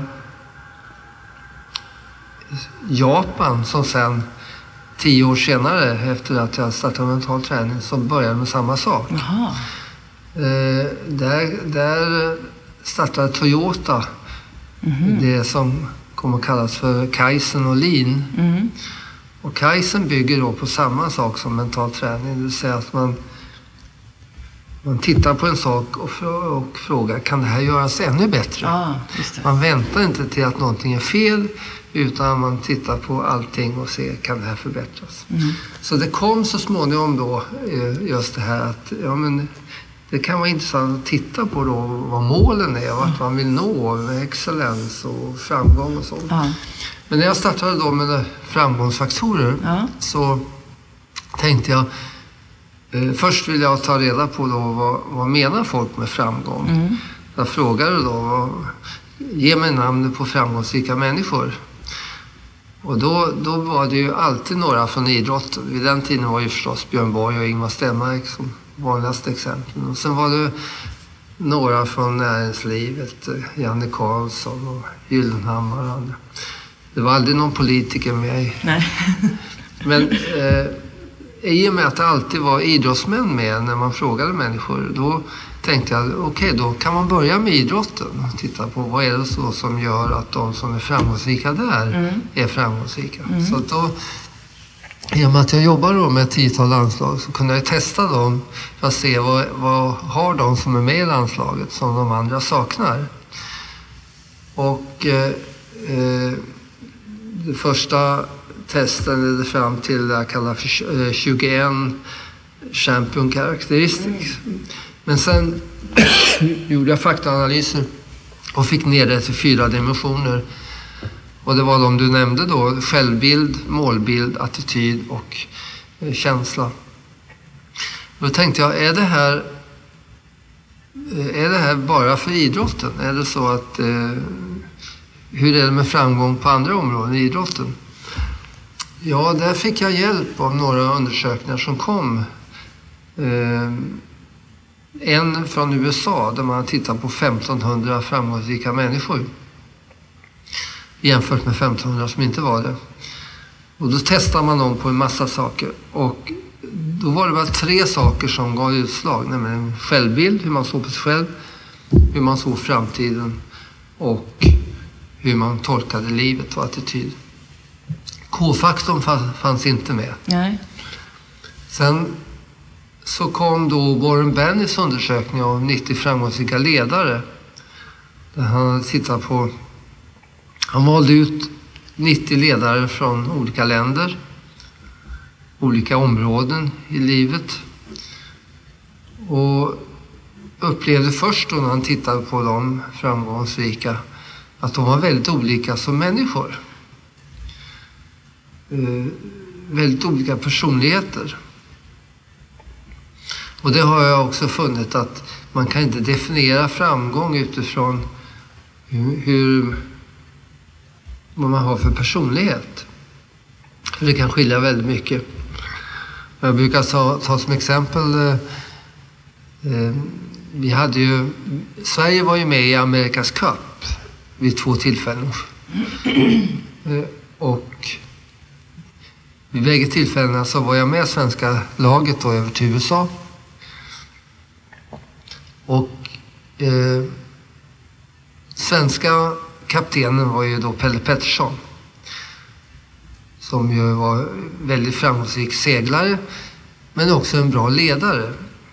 Japan som sen tio år senare efter att jag startade mental träning som började med samma sak. Jaha. Eh, där, där startade Toyota mm-hmm. det som kommer att kallas för Kaizen och Lean. Mm. Och Kaizen bygger då på samma sak som mental träning. Det vill säga att man, man tittar på en sak och, frå- och frågar, kan det här göras ännu bättre? Ah, just det. Man väntar inte till att någonting är fel utan man tittar på allting och ser, kan det här förbättras? Mm. Så det kom så småningom då just det här att ja, men det kan vara intressant att titta på då vad målen är och vart man vill nå med excellens och framgång och sånt. Ja. Men när jag startade då med framgångsfaktorer ja. så tänkte jag eh, först vill jag ta reda på då vad, vad menar folk med framgång. Mm. Jag frågade då, vad, ge mig namnet på framgångsrika människor. Och då, då var det ju alltid några från idrotten. Vid den tiden var ju förstås Björn Borg och Ingmar Stenmark som vanligaste exempel. Och sen var det några från näringslivet, Janne Karlsson och Gyllenhammar och andra. Det var aldrig någon politiker med. Nej. Men eh, i och med att det alltid var idrottsmän med när man frågade människor, då tänkte jag, okej okay, då kan man börja med idrotten och titta på vad är det så som gör att de som är framgångsrika där mm. är framgångsrika. Mm. Så då, i och med att jag jobbar då med ett tiotal landslag så kunde jag testa dem för att se vad, vad har de som är med i landslaget som de andra saknar. Och eh, eh, det första testen ledde fram till det jag kallar för eh, tjugoett champion characteristics. Men sen gjorde jag faktaanalyser och fick ner det till fyra dimensioner. Och det var de du nämnde då: självbild, målbild, attityd och eh, känsla. Då tänkte jag, är det här är det här bara för idrotten? Är det så att eh, hur är det med framgång på andra områden i idrotten? Ja, där fick jag hjälp av några undersökningar som kom. Eh, en från U S A där man tittat på femtonhundra framgångsrika människor jämfört med femtonhundra som inte var det. Och då testar man dem på en massa saker, och då var det bara tre saker som gav utslag, nämligen självbild, hur man såg på sig själv, hur man såg framtiden och hur man tolkade livet och attityd. K-faktorn fanns inte med.
Nej.
Sen så kom då Warren Bennys undersökning av nittio framgångsrika ledare. Där han tittade på, han valde ut nittio ledare från olika länder, olika områden i livet, och upplevde först då när han tittade på de framgångsrika att de var väldigt olika som människor. Eh, väldigt olika personligheter. Och det har jag också funnit, att man kan inte definiera framgång utifrån hur, hur vad man har för personlighet. För det kan skilja väldigt mycket. Jag brukar ta, ta som exempel, eh, eh, vi hade ju, Sverige var ju med i Amerikas Cup vid två tillfällen. eh, och vid bägge tillfällena så var jag med svenska laget då över till U S A. Och eh, svenska kaptenen var ju då Pelle Pettersson, som ju var väldigt framgångsrik seglare, men också en bra ledare.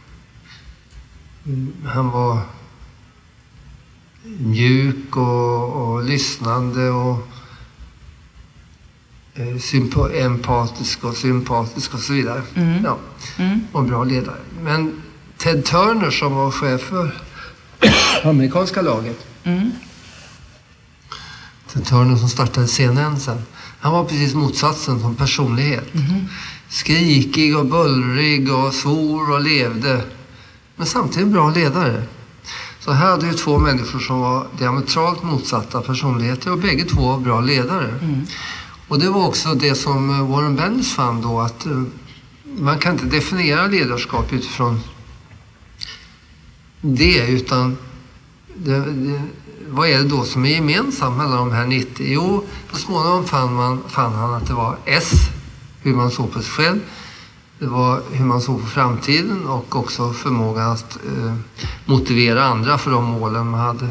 Han var mjuk och, och lyssnande och eh, symp- empatisk och sympatisk och så vidare.
Mm.
Ja,
Mm.
och en bra ledare. Men Ted Turner, som var chef för amerikanska laget,
Mm.
Ted Turner som startade C N N sen, han var precis motsatsen som personlighet.
Mm.
Skrikig och bullrig och svor och levde, men samtidigt en bra ledare. Så här hade ju två människor som var diametralt motsatta personligheter, och bägge två var bra ledare.
Mm.
Och det var också det som Warren Bennis fann då, att uh, man kan inte definiera ledarskap utifrån det, utan det, det, vad är det då som är gemensamt mellan de här nittio? Jo, så småningom fann, man, fann han att det var S, hur man såg på sig själv. Det var hur man såg på framtiden, och också förmågan att eh, motivera andra för de målen man hade.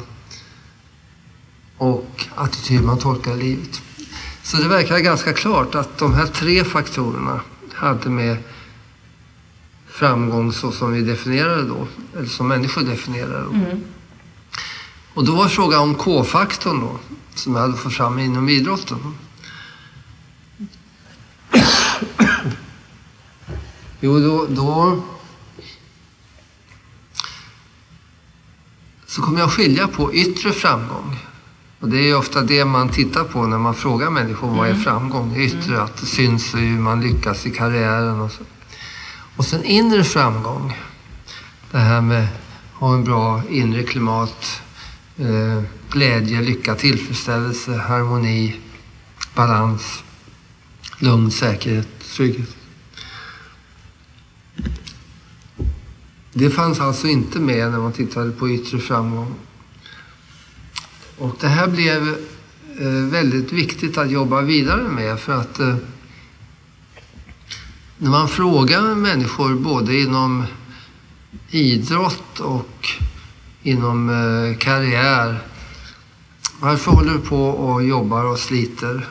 Och attityd man tolkar livet. Så det verkar ganska klart att de här tre faktorerna hade med framgång så som vi definierade då, eller som människor definierade då.
Mm.
Och då var frågan om K-faktorn då, som jag hade fått fram inom idrotten. Jo, då, då så kommer jag skilja på yttre framgång. Och det är ju ofta det man tittar på när man frågar människor vad är framgång. Det är yttre, att det syns hur man lyckas i karriären och så. Och sen inre framgång. Det här med att ha en bra inre klimat, eh, glädje, lycka, tillfredsställelse, harmoni, balans, lugn, säkerhet, trygghet. Det fanns alltså inte med när man tittade på yttre framgång. Och det här blev eh, väldigt viktigt att jobba vidare med, för att eh, när man frågar människor både inom idrott och inom eh, karriär, varför håller du på och jobbar och sliter?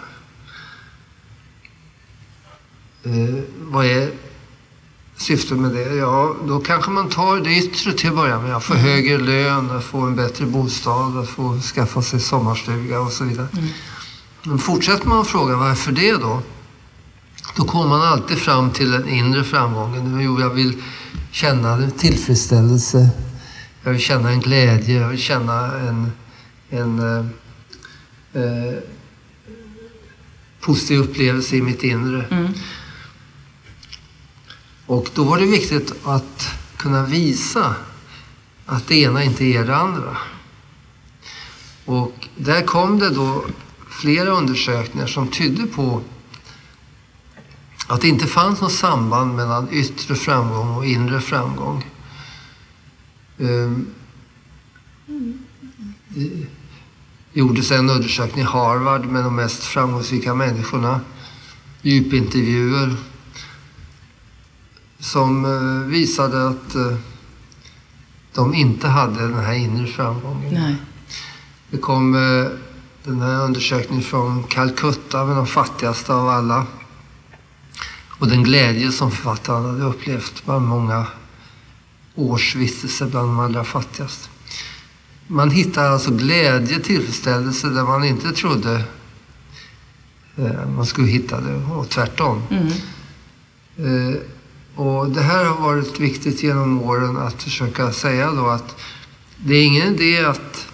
Eh, vad är syftet med det? Ja, då kanske man tar det yttre till att börja med. Att få högre lön, att få en bättre bostad, att få skaffa sig sommarstuga och så vidare. Mm. Men fortsätter man att fråga varför det då? Då kommer man alltid fram till den inre framgången. Jo, jag vill känna tillfredsställelse. Jag vill känna en glädje. Jag vill känna en, en eh, eh, positiv upplevelse i mitt inre. Mm. Och då var det viktigt att kunna visa att det ena inte är det andra. Och där kom det då flera undersökningar som tydde på att det inte fanns något samband mellan yttre framgång och inre framgång. Det gjordes en undersökning i Harvard med de mest framgångsrika människorna. Djupintervjuer som visade att de inte hade den här inre framgången.
Nej.
Det kom den här undersökningen från Calcutta med de fattigaste av alla. Och den glädje som författaren hade upplevt bland många års vistelse bland de allra fattigaste. Man hittar alltså glädje, tillfredsställelse där man inte trodde eh, man skulle hitta det, och tvärtom. Mm. Eh, och det här har varit viktigt genom åren att försöka säga då att det är ingen idé att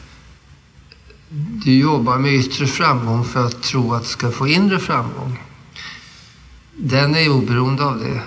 du jobbar med yttre framgång för att tro att du ska få inre framgång. Den är oberoende av det.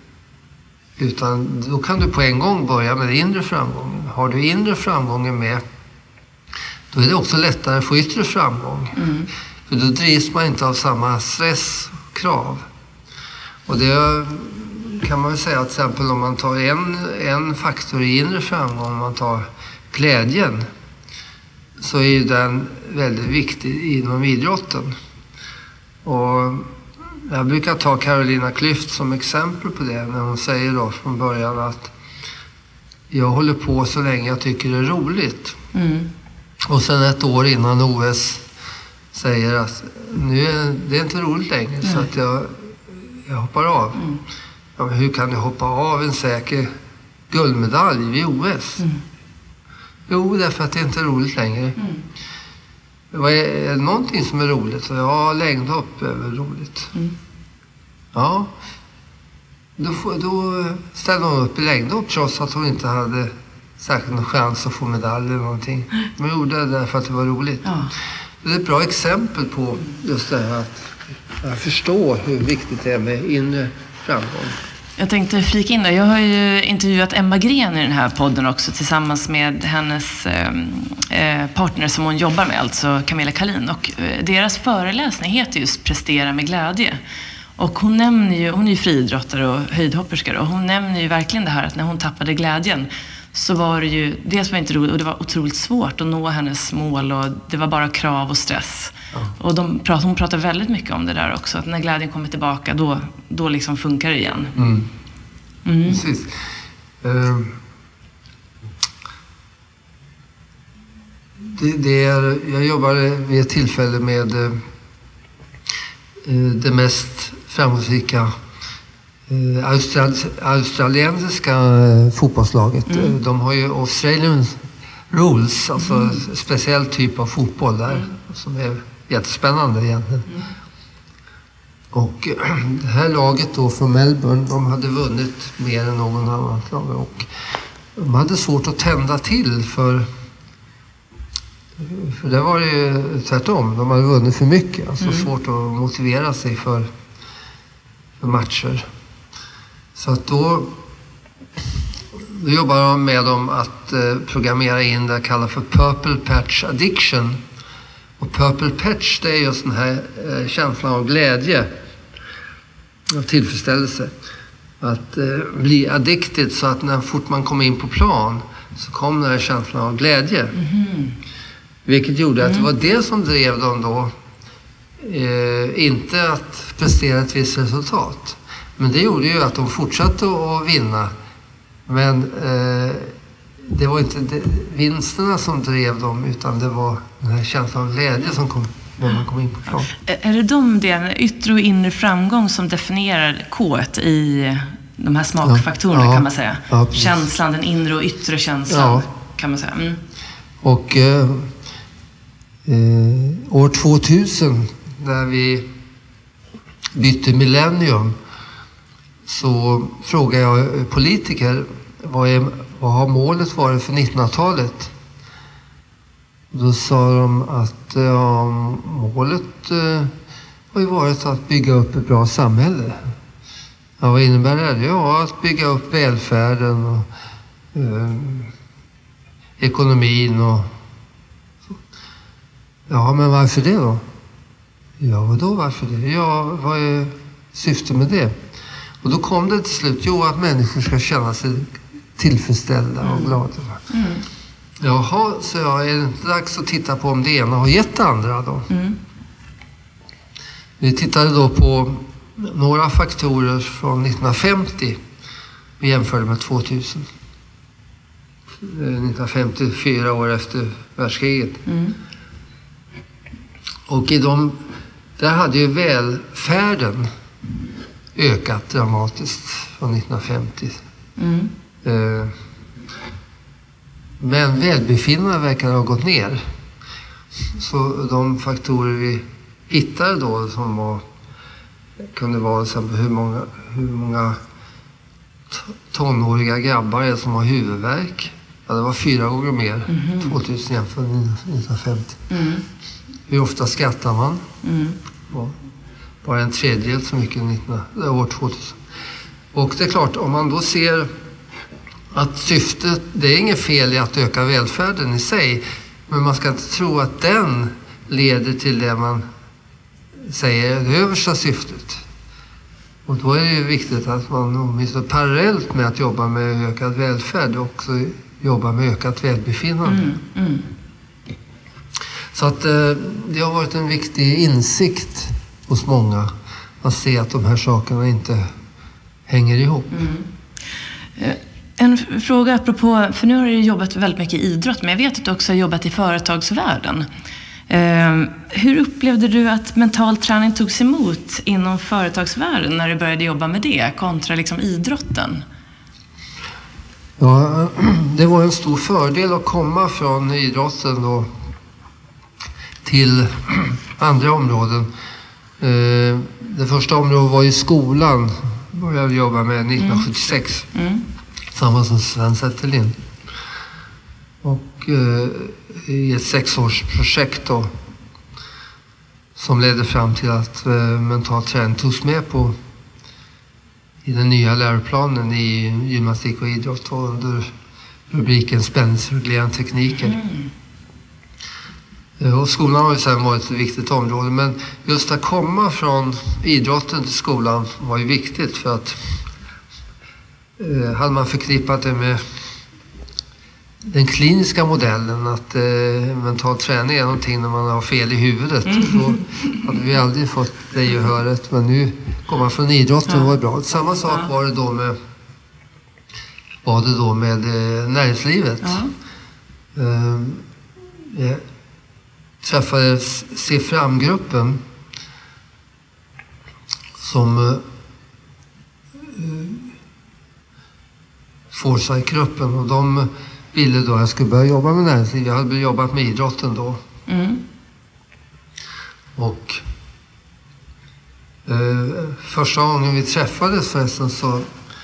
Utan då kan du på en gång börja med inre framgången. Har du inre framgången med, då är det också lättare att få yttre framgång. Mm. För då drivs man inte av samma stress och krav. Och det kan man väl säga att till exempel om man tar en, en faktor i inre framgång, om man tar glädjen, så är ju den väldigt viktig inom idrotten. Och jag brukar ta Carolina Klüft som exempel på det när hon säger då från början att jag håller på så länge jag tycker det är roligt. Mm. Och sen ett år innan O S säger att nu är det inte roligt längre. Nej. Så att jag, jag hoppar av. Mm. Ja, men hur kan du hoppa av en säker guldmedalj vid O S? Mm. Jo, därför att det inte är roligt längre. Mm. Vad är, är det någonting som är roligt? Så ja, längdhopp är väl roligt. Mm. Ja, då, får, då ställde hon upp i längdhopp trots att hon inte hade särskilt någon chans att få medalj eller någonting. Men gjorde det därför att det var roligt. Ja. Det är ett bra exempel på just det här att, att förstå hur viktigt det är med inre framgång.
Jag tänkte flika in där. Jag har ju intervjuat Emma Gren i den här podden också tillsammans med hennes eh, partner som hon jobbar med, alltså Camilla Kalin. Och eh, deras föreläsning heter just Prestera med glädje. Och hon nämner ju, hon är ju friidrottare och höjdhopperska, och hon nämner ju verkligen det här att när hon tappade glädjen så var det ju, dels var det inte roligt och det var otroligt svårt att nå hennes mål och det var bara krav och stress. Ja. Och de prat, hon pratar väldigt mycket om det där också, att när glädjen kommer tillbaka då, då liksom funkar det igen.
Mm. Mm. Precis. Uh, det, det är, jag jobbade vid ett tillfälle med uh, det mest framgångsrika uh, austral, australiensiska uh, fotbollslaget. Mm. Uh, de har ju Australian rules, alltså mm. speciell typ av fotboll där mm. som är jättespännande egentligen. Mm. Och det här laget då från Melbourne, de hade vunnit mer än någon annan lag. Och de hade svårt att tända till för, för det var ju tvärtom. De hade vunnit för mycket, alltså mm. svårt att motivera sig för, för matcher. Så att då, då jobbade de med dem att programmera in det kallas för Purple Patch Addiction. Och Purple Patch, det är just den här känslan av glädje och tillfredsställelse. Att eh, bli addicted så att när fort man kommer in på plan så kom den här känslan av glädje. Mm. Vilket gjorde att mm. det var det som drev dem då. Eh, inte att prestera ett visst resultat. Men det gjorde ju att de fortsatte att vinna. Men eh, det var inte det, vinsterna som drev dem, utan det var den här känslan av glädje som kom när man kom in på plan.
Är det de delarna, yttre och inre framgång, som definierar K i de här smakfaktorerna, ja, kan man säga? Ja, känslan, den inre och yttre känslan, ja. Kan man säga. Mm.
Och eh, eh, år tvåtusen, när vi bytte millennium så frågade jag politiker vad, är, vad har målet varit för nittonhundratalet? Då sa de att ja, målet eh, har ju varit att bygga upp ett bra samhälle. Ja, vad innebär det? Ja, att bygga upp välfärden och eh, ekonomin och så. Ja, men varför det då? Ja, vadå varför det? Ja, vad är syftet med det? Och då kom det till slut, jo, att människor ska känna sig tillfredsställda och glada. Mm. Jaha, så jag är det inte dags att titta på om det ena har gett det andra då? Mm. Vi tittade då på några faktorer från nittonhundrafemtio och jämförde med tvåtusen. nittonhundrafemtio, fyra år efter världskriget. Mm. Och i de, där hade ju välfärden ökat dramatiskt från nittonhundrafemtio. Mm. Eh, men välbefinnande verkar ha gått ner. Så de faktorer vi hittade då som var, kunde vara till exempel hur många, hur många tonåriga grabbar är som har huvudvärk. Ja, det var fyra gånger mer mm-hmm. tvåtusen jämfört med nittonhundrafemtio. Mm. Hur ofta skrattar man? Mm. Ja, bara en tredjedel så mycket år tvåtusen. Och det är klart, om man då ser att syftet, det är inget fel i att öka välfärden i sig, men man ska inte tro att den leder till det man säger är det översta syftet. Och då är det ju viktigt att man åtminstone parallellt med att jobba med ökad välfärd också jobba med ökat välbefinnande. Mm, mm. Så att eh, det har varit en viktig insikt hos många att se att de här sakerna inte hänger ihop.
Mm. En fråga apropå, för nu har du jobbat väldigt mycket i idrott, men jag vet att du också har jobbat i företagsvärlden. Eh, hur upplevde du att mental träning togs emot inom företagsvärlden när du började jobba med det kontra liksom idrotten?
Ja, det var en stor fördel att komma från idrotten då till andra områden. Eh, det första området var ju skolan. Började jobba med nittonhundrasjuttiosex. Mm. Mm. Samma som Sven Zetterlind. Och eh, i ett sexårsprojekt då som ledde fram till att eh, mental träning togs med på i den nya läroplanen i gymnastik och idrott och under rubriken spänningsreglerande tekniker. Mm. Och skolan har ju sedan varit ett viktigt område, men just att komma från idrotten till skolan var ju viktigt för att eh, hade man förknippat det med den kliniska modellen att eh, mental träning är någonting när man har fel i huvudet. Mm. Då hade vi aldrig fått det gehöret, men nu kommer man från idrotten och var bra. Samma sak var det då med, var det då med eh, näringslivet. Ja. Eh, jag träffade Se Fram-gruppen som eh, Foresight-gruppen, och de ville då att jag skulle börja jobba med näringsliv. Jag hade jobbat med idrotten då. Mm. Och eh, första gången vi träffades förresten så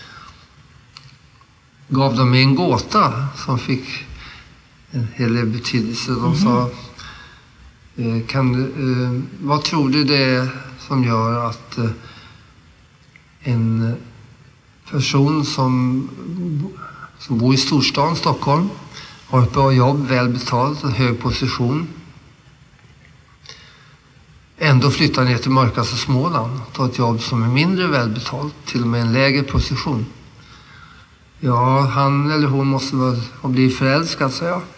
gav de mig en gåta som fick en hel del betydelse. De mm. sa, eh, kan, eh, vad tror du det är som gör att eh, en person som som bor i storstan Stockholm, har ett bra jobb, väl betalt och hög position, ändå flyttar ner till mörkaste Småland och tar ett jobb som är mindre välbetalt, till och med en lägre position? Ja, han eller hon måste väl ha blivit förälskad, så jag.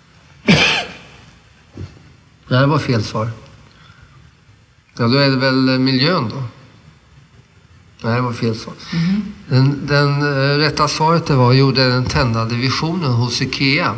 Det var fel svar. Ja, då är det väl miljön då. Nej, det var fel svar. Mm-hmm. Den, den uh, rätta svaret det var, gjorde den tändade visionen hos Ikea.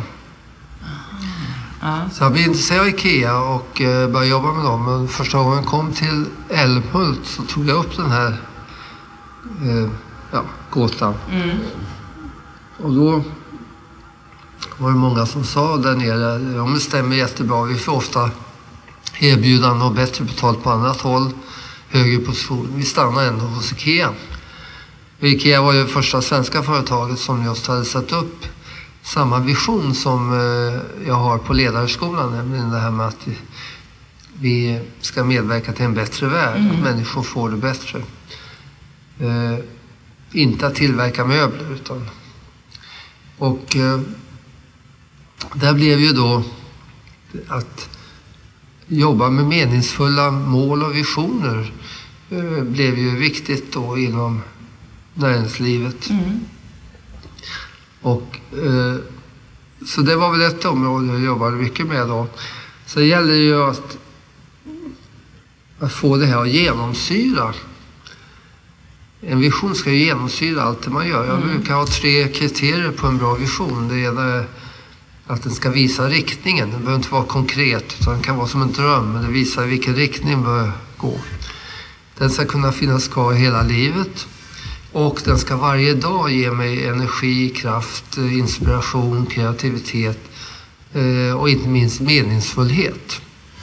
Mm. Så jag blev intresserad av Ikea och uh, började jobba med dem. Men första gången jag kom till Älmhult så tog jag upp den här uh, ja, gåtan. Mm. Och då var det många som sa där nere, ja, det stämmer jättebra, vi får ofta erbjudande och bättre betalt på annat håll, högre position. Vi stannade ändå hos IKEA. IKEA var ju första svenska företaget som just hade satt upp samma vision som jag har på ledarskolan, nämligen det här med att vi, vi ska medverka till en bättre värld, mm. att människor får det bättre. Eh, inte att tillverka möbler, utan och eh, där blev ju då att jobba med meningsfulla mål och visioner eh, blev ju viktigt då inom näringslivet. Mm. Och eh, så det var väl ett område jag jobbade mycket med då. Så det gäller ju att, att få det här att genomsyra. En vision ska ju genomsyra allt det man gör. Jag brukar ha tre kriterier på en bra vision. Det ena är att den ska visa riktningen. Den behöver inte vara konkret, utan den kan vara som en dröm, men det visar vilken riktning bör gå. Den ska kunna finnas kvar hela livet. Och den ska varje dag ge mig energi, kraft, inspiration, kreativitet eh, och inte minst meningsfullhet.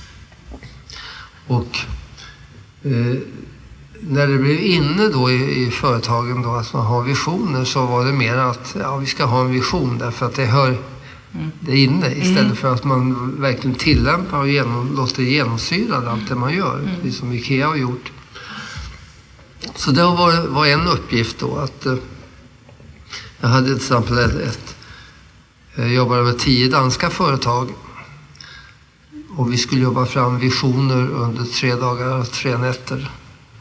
Och eh, när det blev inne då i, i företagen då att man har visioner, så var det mer att ja, vi ska ha en vision därför att det hör mm. det inne, istället mm. för att man verkligen tillämpar och genom, låter genomsyra allt det man gör, mm. det som IKEA har gjort. Så det var, var en uppgift då att eh, jag hade till exempel ett, ett jag jobbade med tio danska företag och vi skulle jobba fram visioner under tre dagar och tre nätter.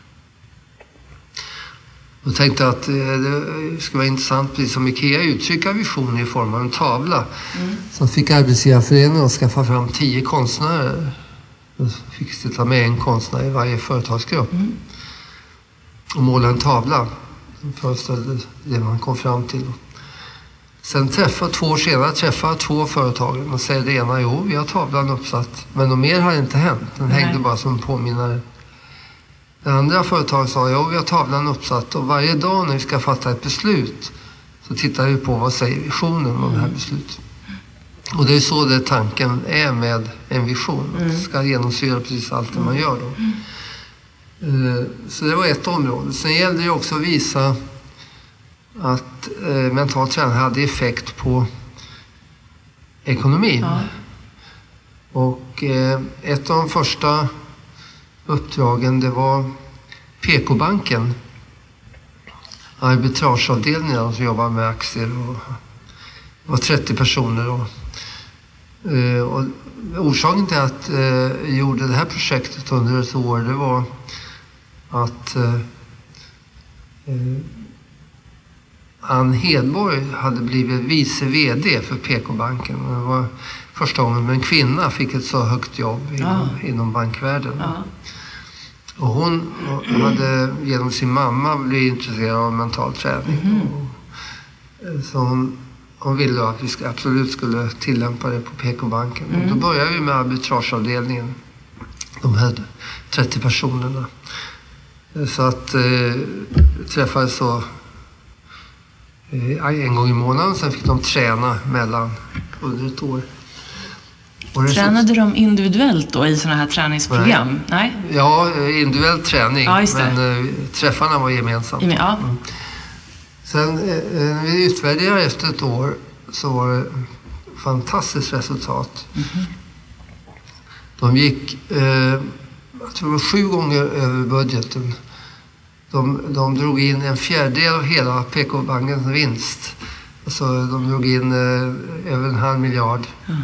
Och tänkte att eh, det skulle vara intressant, precis som IKEA, uttrycka visioner i form av en tavla. Mm. Så fick Arbetsgivarföreningen att skaffa fram tio konstnärer. Då fick det ta med en konstnär i varje företagsgrupp. Mm. Och måla en tavla som föreställde det man kom fram till. Sen träffade, två år senare träffade två företagen och säger det ena, jo, vi har tavlan uppsatt. Men något mer har inte hänt. Den Nej. hängde bara som påminnare. Det andra företaget sa, jo, vi har tavlan uppsatt och varje dag när vi ska fatta ett beslut så tittar vi på vad säger visionen om det här beslutet. Och det är så det tanken är med en vision. Mm. Det ska genomsyra precis allt det man gör då. Mm. Så det var ett område. Sen gällde det också att visa att eh, mental träning hade effekt på ekonomin. Ja. Och eh, ett av de första uppdragen, det var P K-banken, arbitrageavdelningen som jobbar med aktier, och det var trettio personer. Och, eh, och orsaken till att eh, jag gjorde det här projektet under ett år, det var att eh, Ann Hedborg hade blivit vice vd för P K-banken. Det var första gången en kvinna fick ett så högt jobb inom, ja. inom bankvärlden. Ja. Och hon hade genom sin mamma blivit intresserad av mental träning. Mm. Och, så hon, hon ville att vi ska, absolut skulle tillämpa det på P K-banken. Mm. Och då började vi med arbitrageavdelningen. De här trettio personerna. Så att eh, träffades så eh, en gång i månaden. Sen fick de träna mellan under ett år.
Tränade så... de individuellt då i sådana här träningsprogram? Nej. Nej?
Ja, individuell träning.
Ja,
men eh, träffarna var gemensamt.
Ja.
Mm. Sen eh, när vi utvärderade efter ett år så var det fantastiskt resultat. Mm-hmm. De gick... Eh, jag tror det var sju gånger över budgeten. De, de drog in en fjärdedel av hela P K-bankens vinst. Alltså de drog in eh, över en halv miljard. Mm.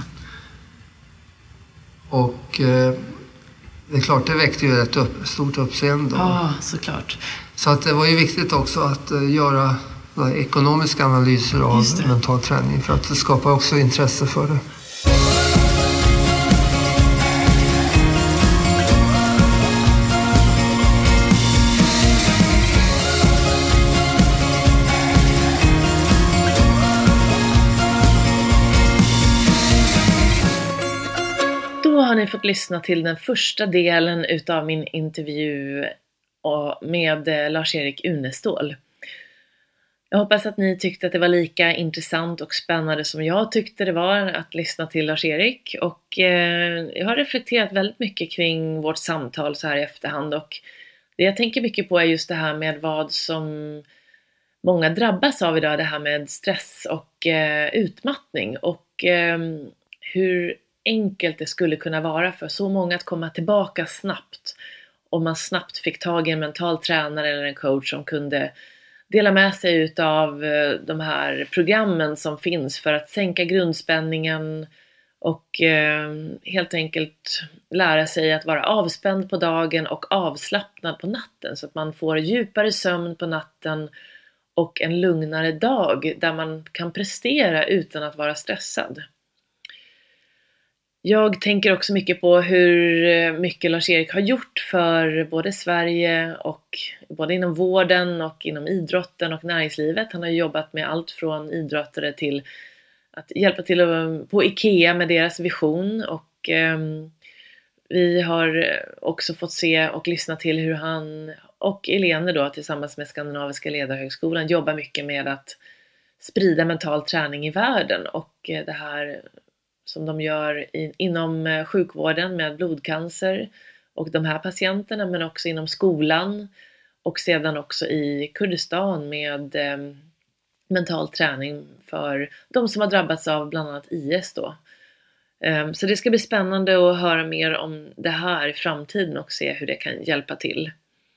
Och eh, det är klart, det väckte ju ett upp, stort uppseende.
Ja, såklart.
Så att det var ju viktigt också att eh, göra ekonomiska analyser av mental träning, för att det skapar också intresse för det.
Då har ni fått lyssna till den första delen utav min intervju med Lars-Erik Unestål. Jag hoppas att ni tyckte att det var lika intressant och spännande som jag tyckte det var att lyssna till Lars-Erik. Och eh, jag har reflekterat väldigt mycket kring vårt samtal så här i efterhand. Och det jag tänker mycket på är just det här med vad som många drabbas av idag. Det här med stress och eh, utmattning. Och eh, hur enkelt det skulle kunna vara för så många att komma tillbaka snabbt. Om man snabbt fick tag i en mental tränare eller en coach som kunde dela med sig utav de här programmen som finns för att sänka grundspänningen och eh, helt enkelt lära sig att vara avspänd på dagen och avslappnad på natten, så att man får djupare sömn på natten och en lugnare dag där man kan prestera utan att vara stressad. Jag tänker också mycket på hur mycket Lars-Erik har gjort för både Sverige och både inom vården och inom idrotten och näringslivet. Han har jobbat med allt från idrottare till att hjälpa till på IKEA med deras vision, och eh, vi har också fått se och lyssna till hur han och Elene då tillsammans med Skandinaviska ledarhögskolan jobbar mycket med att sprida mental träning i världen, och det här som de gör in, inom sjukvården med blodcancer och de här patienterna, men också inom skolan och sedan också i Kurdistan med eh, mental träning för de som har drabbats av bland annat I S då. Eh, så det ska bli spännande att höra mer om det här i framtiden och se hur det kan hjälpa till.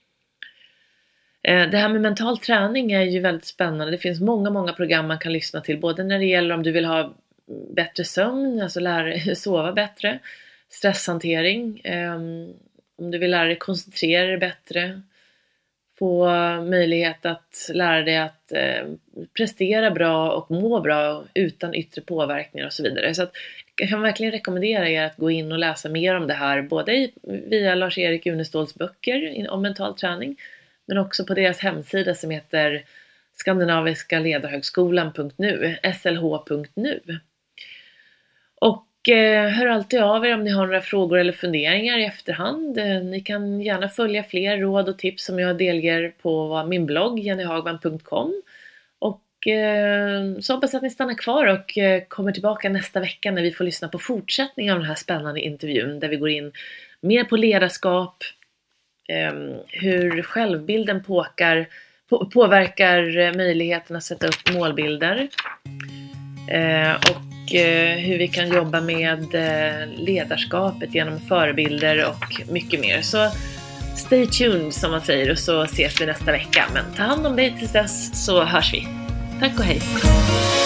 Eh, det här med mental träning är ju väldigt spännande. Det finns många, många program man kan lyssna till, både när det gäller om du vill ha bättre sömn, alltså lära dig sova bättre, stresshantering, um, om du vill lära dig koncentrera dig bättre, få möjlighet att lära dig att eh, prestera bra och må bra utan yttre påverkningar och så vidare. Så att jag kan verkligen rekommendera er att gå in och läsa mer om det här, både i, via Lars-Erik Uneståls böcker om mental träning, men också på deras hemsida som heter skandinaviska ledarhögskolan punkt nu, s l h punkt nu. Och eh, hör alltid av er om ni har några frågor eller funderingar i efterhand. Eh, ni kan gärna följa fler råd och tips som jag delger på min blogg jenny hagman punkt com. Och eh, så hoppas jag att ni stannar kvar och eh, kommer tillbaka nästa vecka när vi får lyssna på fortsättningen av den här spännande intervjun, där vi går in mer på ledarskap, eh, hur självbilden påkar, på, påverkar möjligheten att sätta upp målbilder. Eh, och hur vi kan jobba med ledarskapet genom förebilder och mycket mer. Så stay tuned som man säger, och så ses vi nästa vecka. Men ta hand om dig tills dess, så hörs vi. Tack och hej!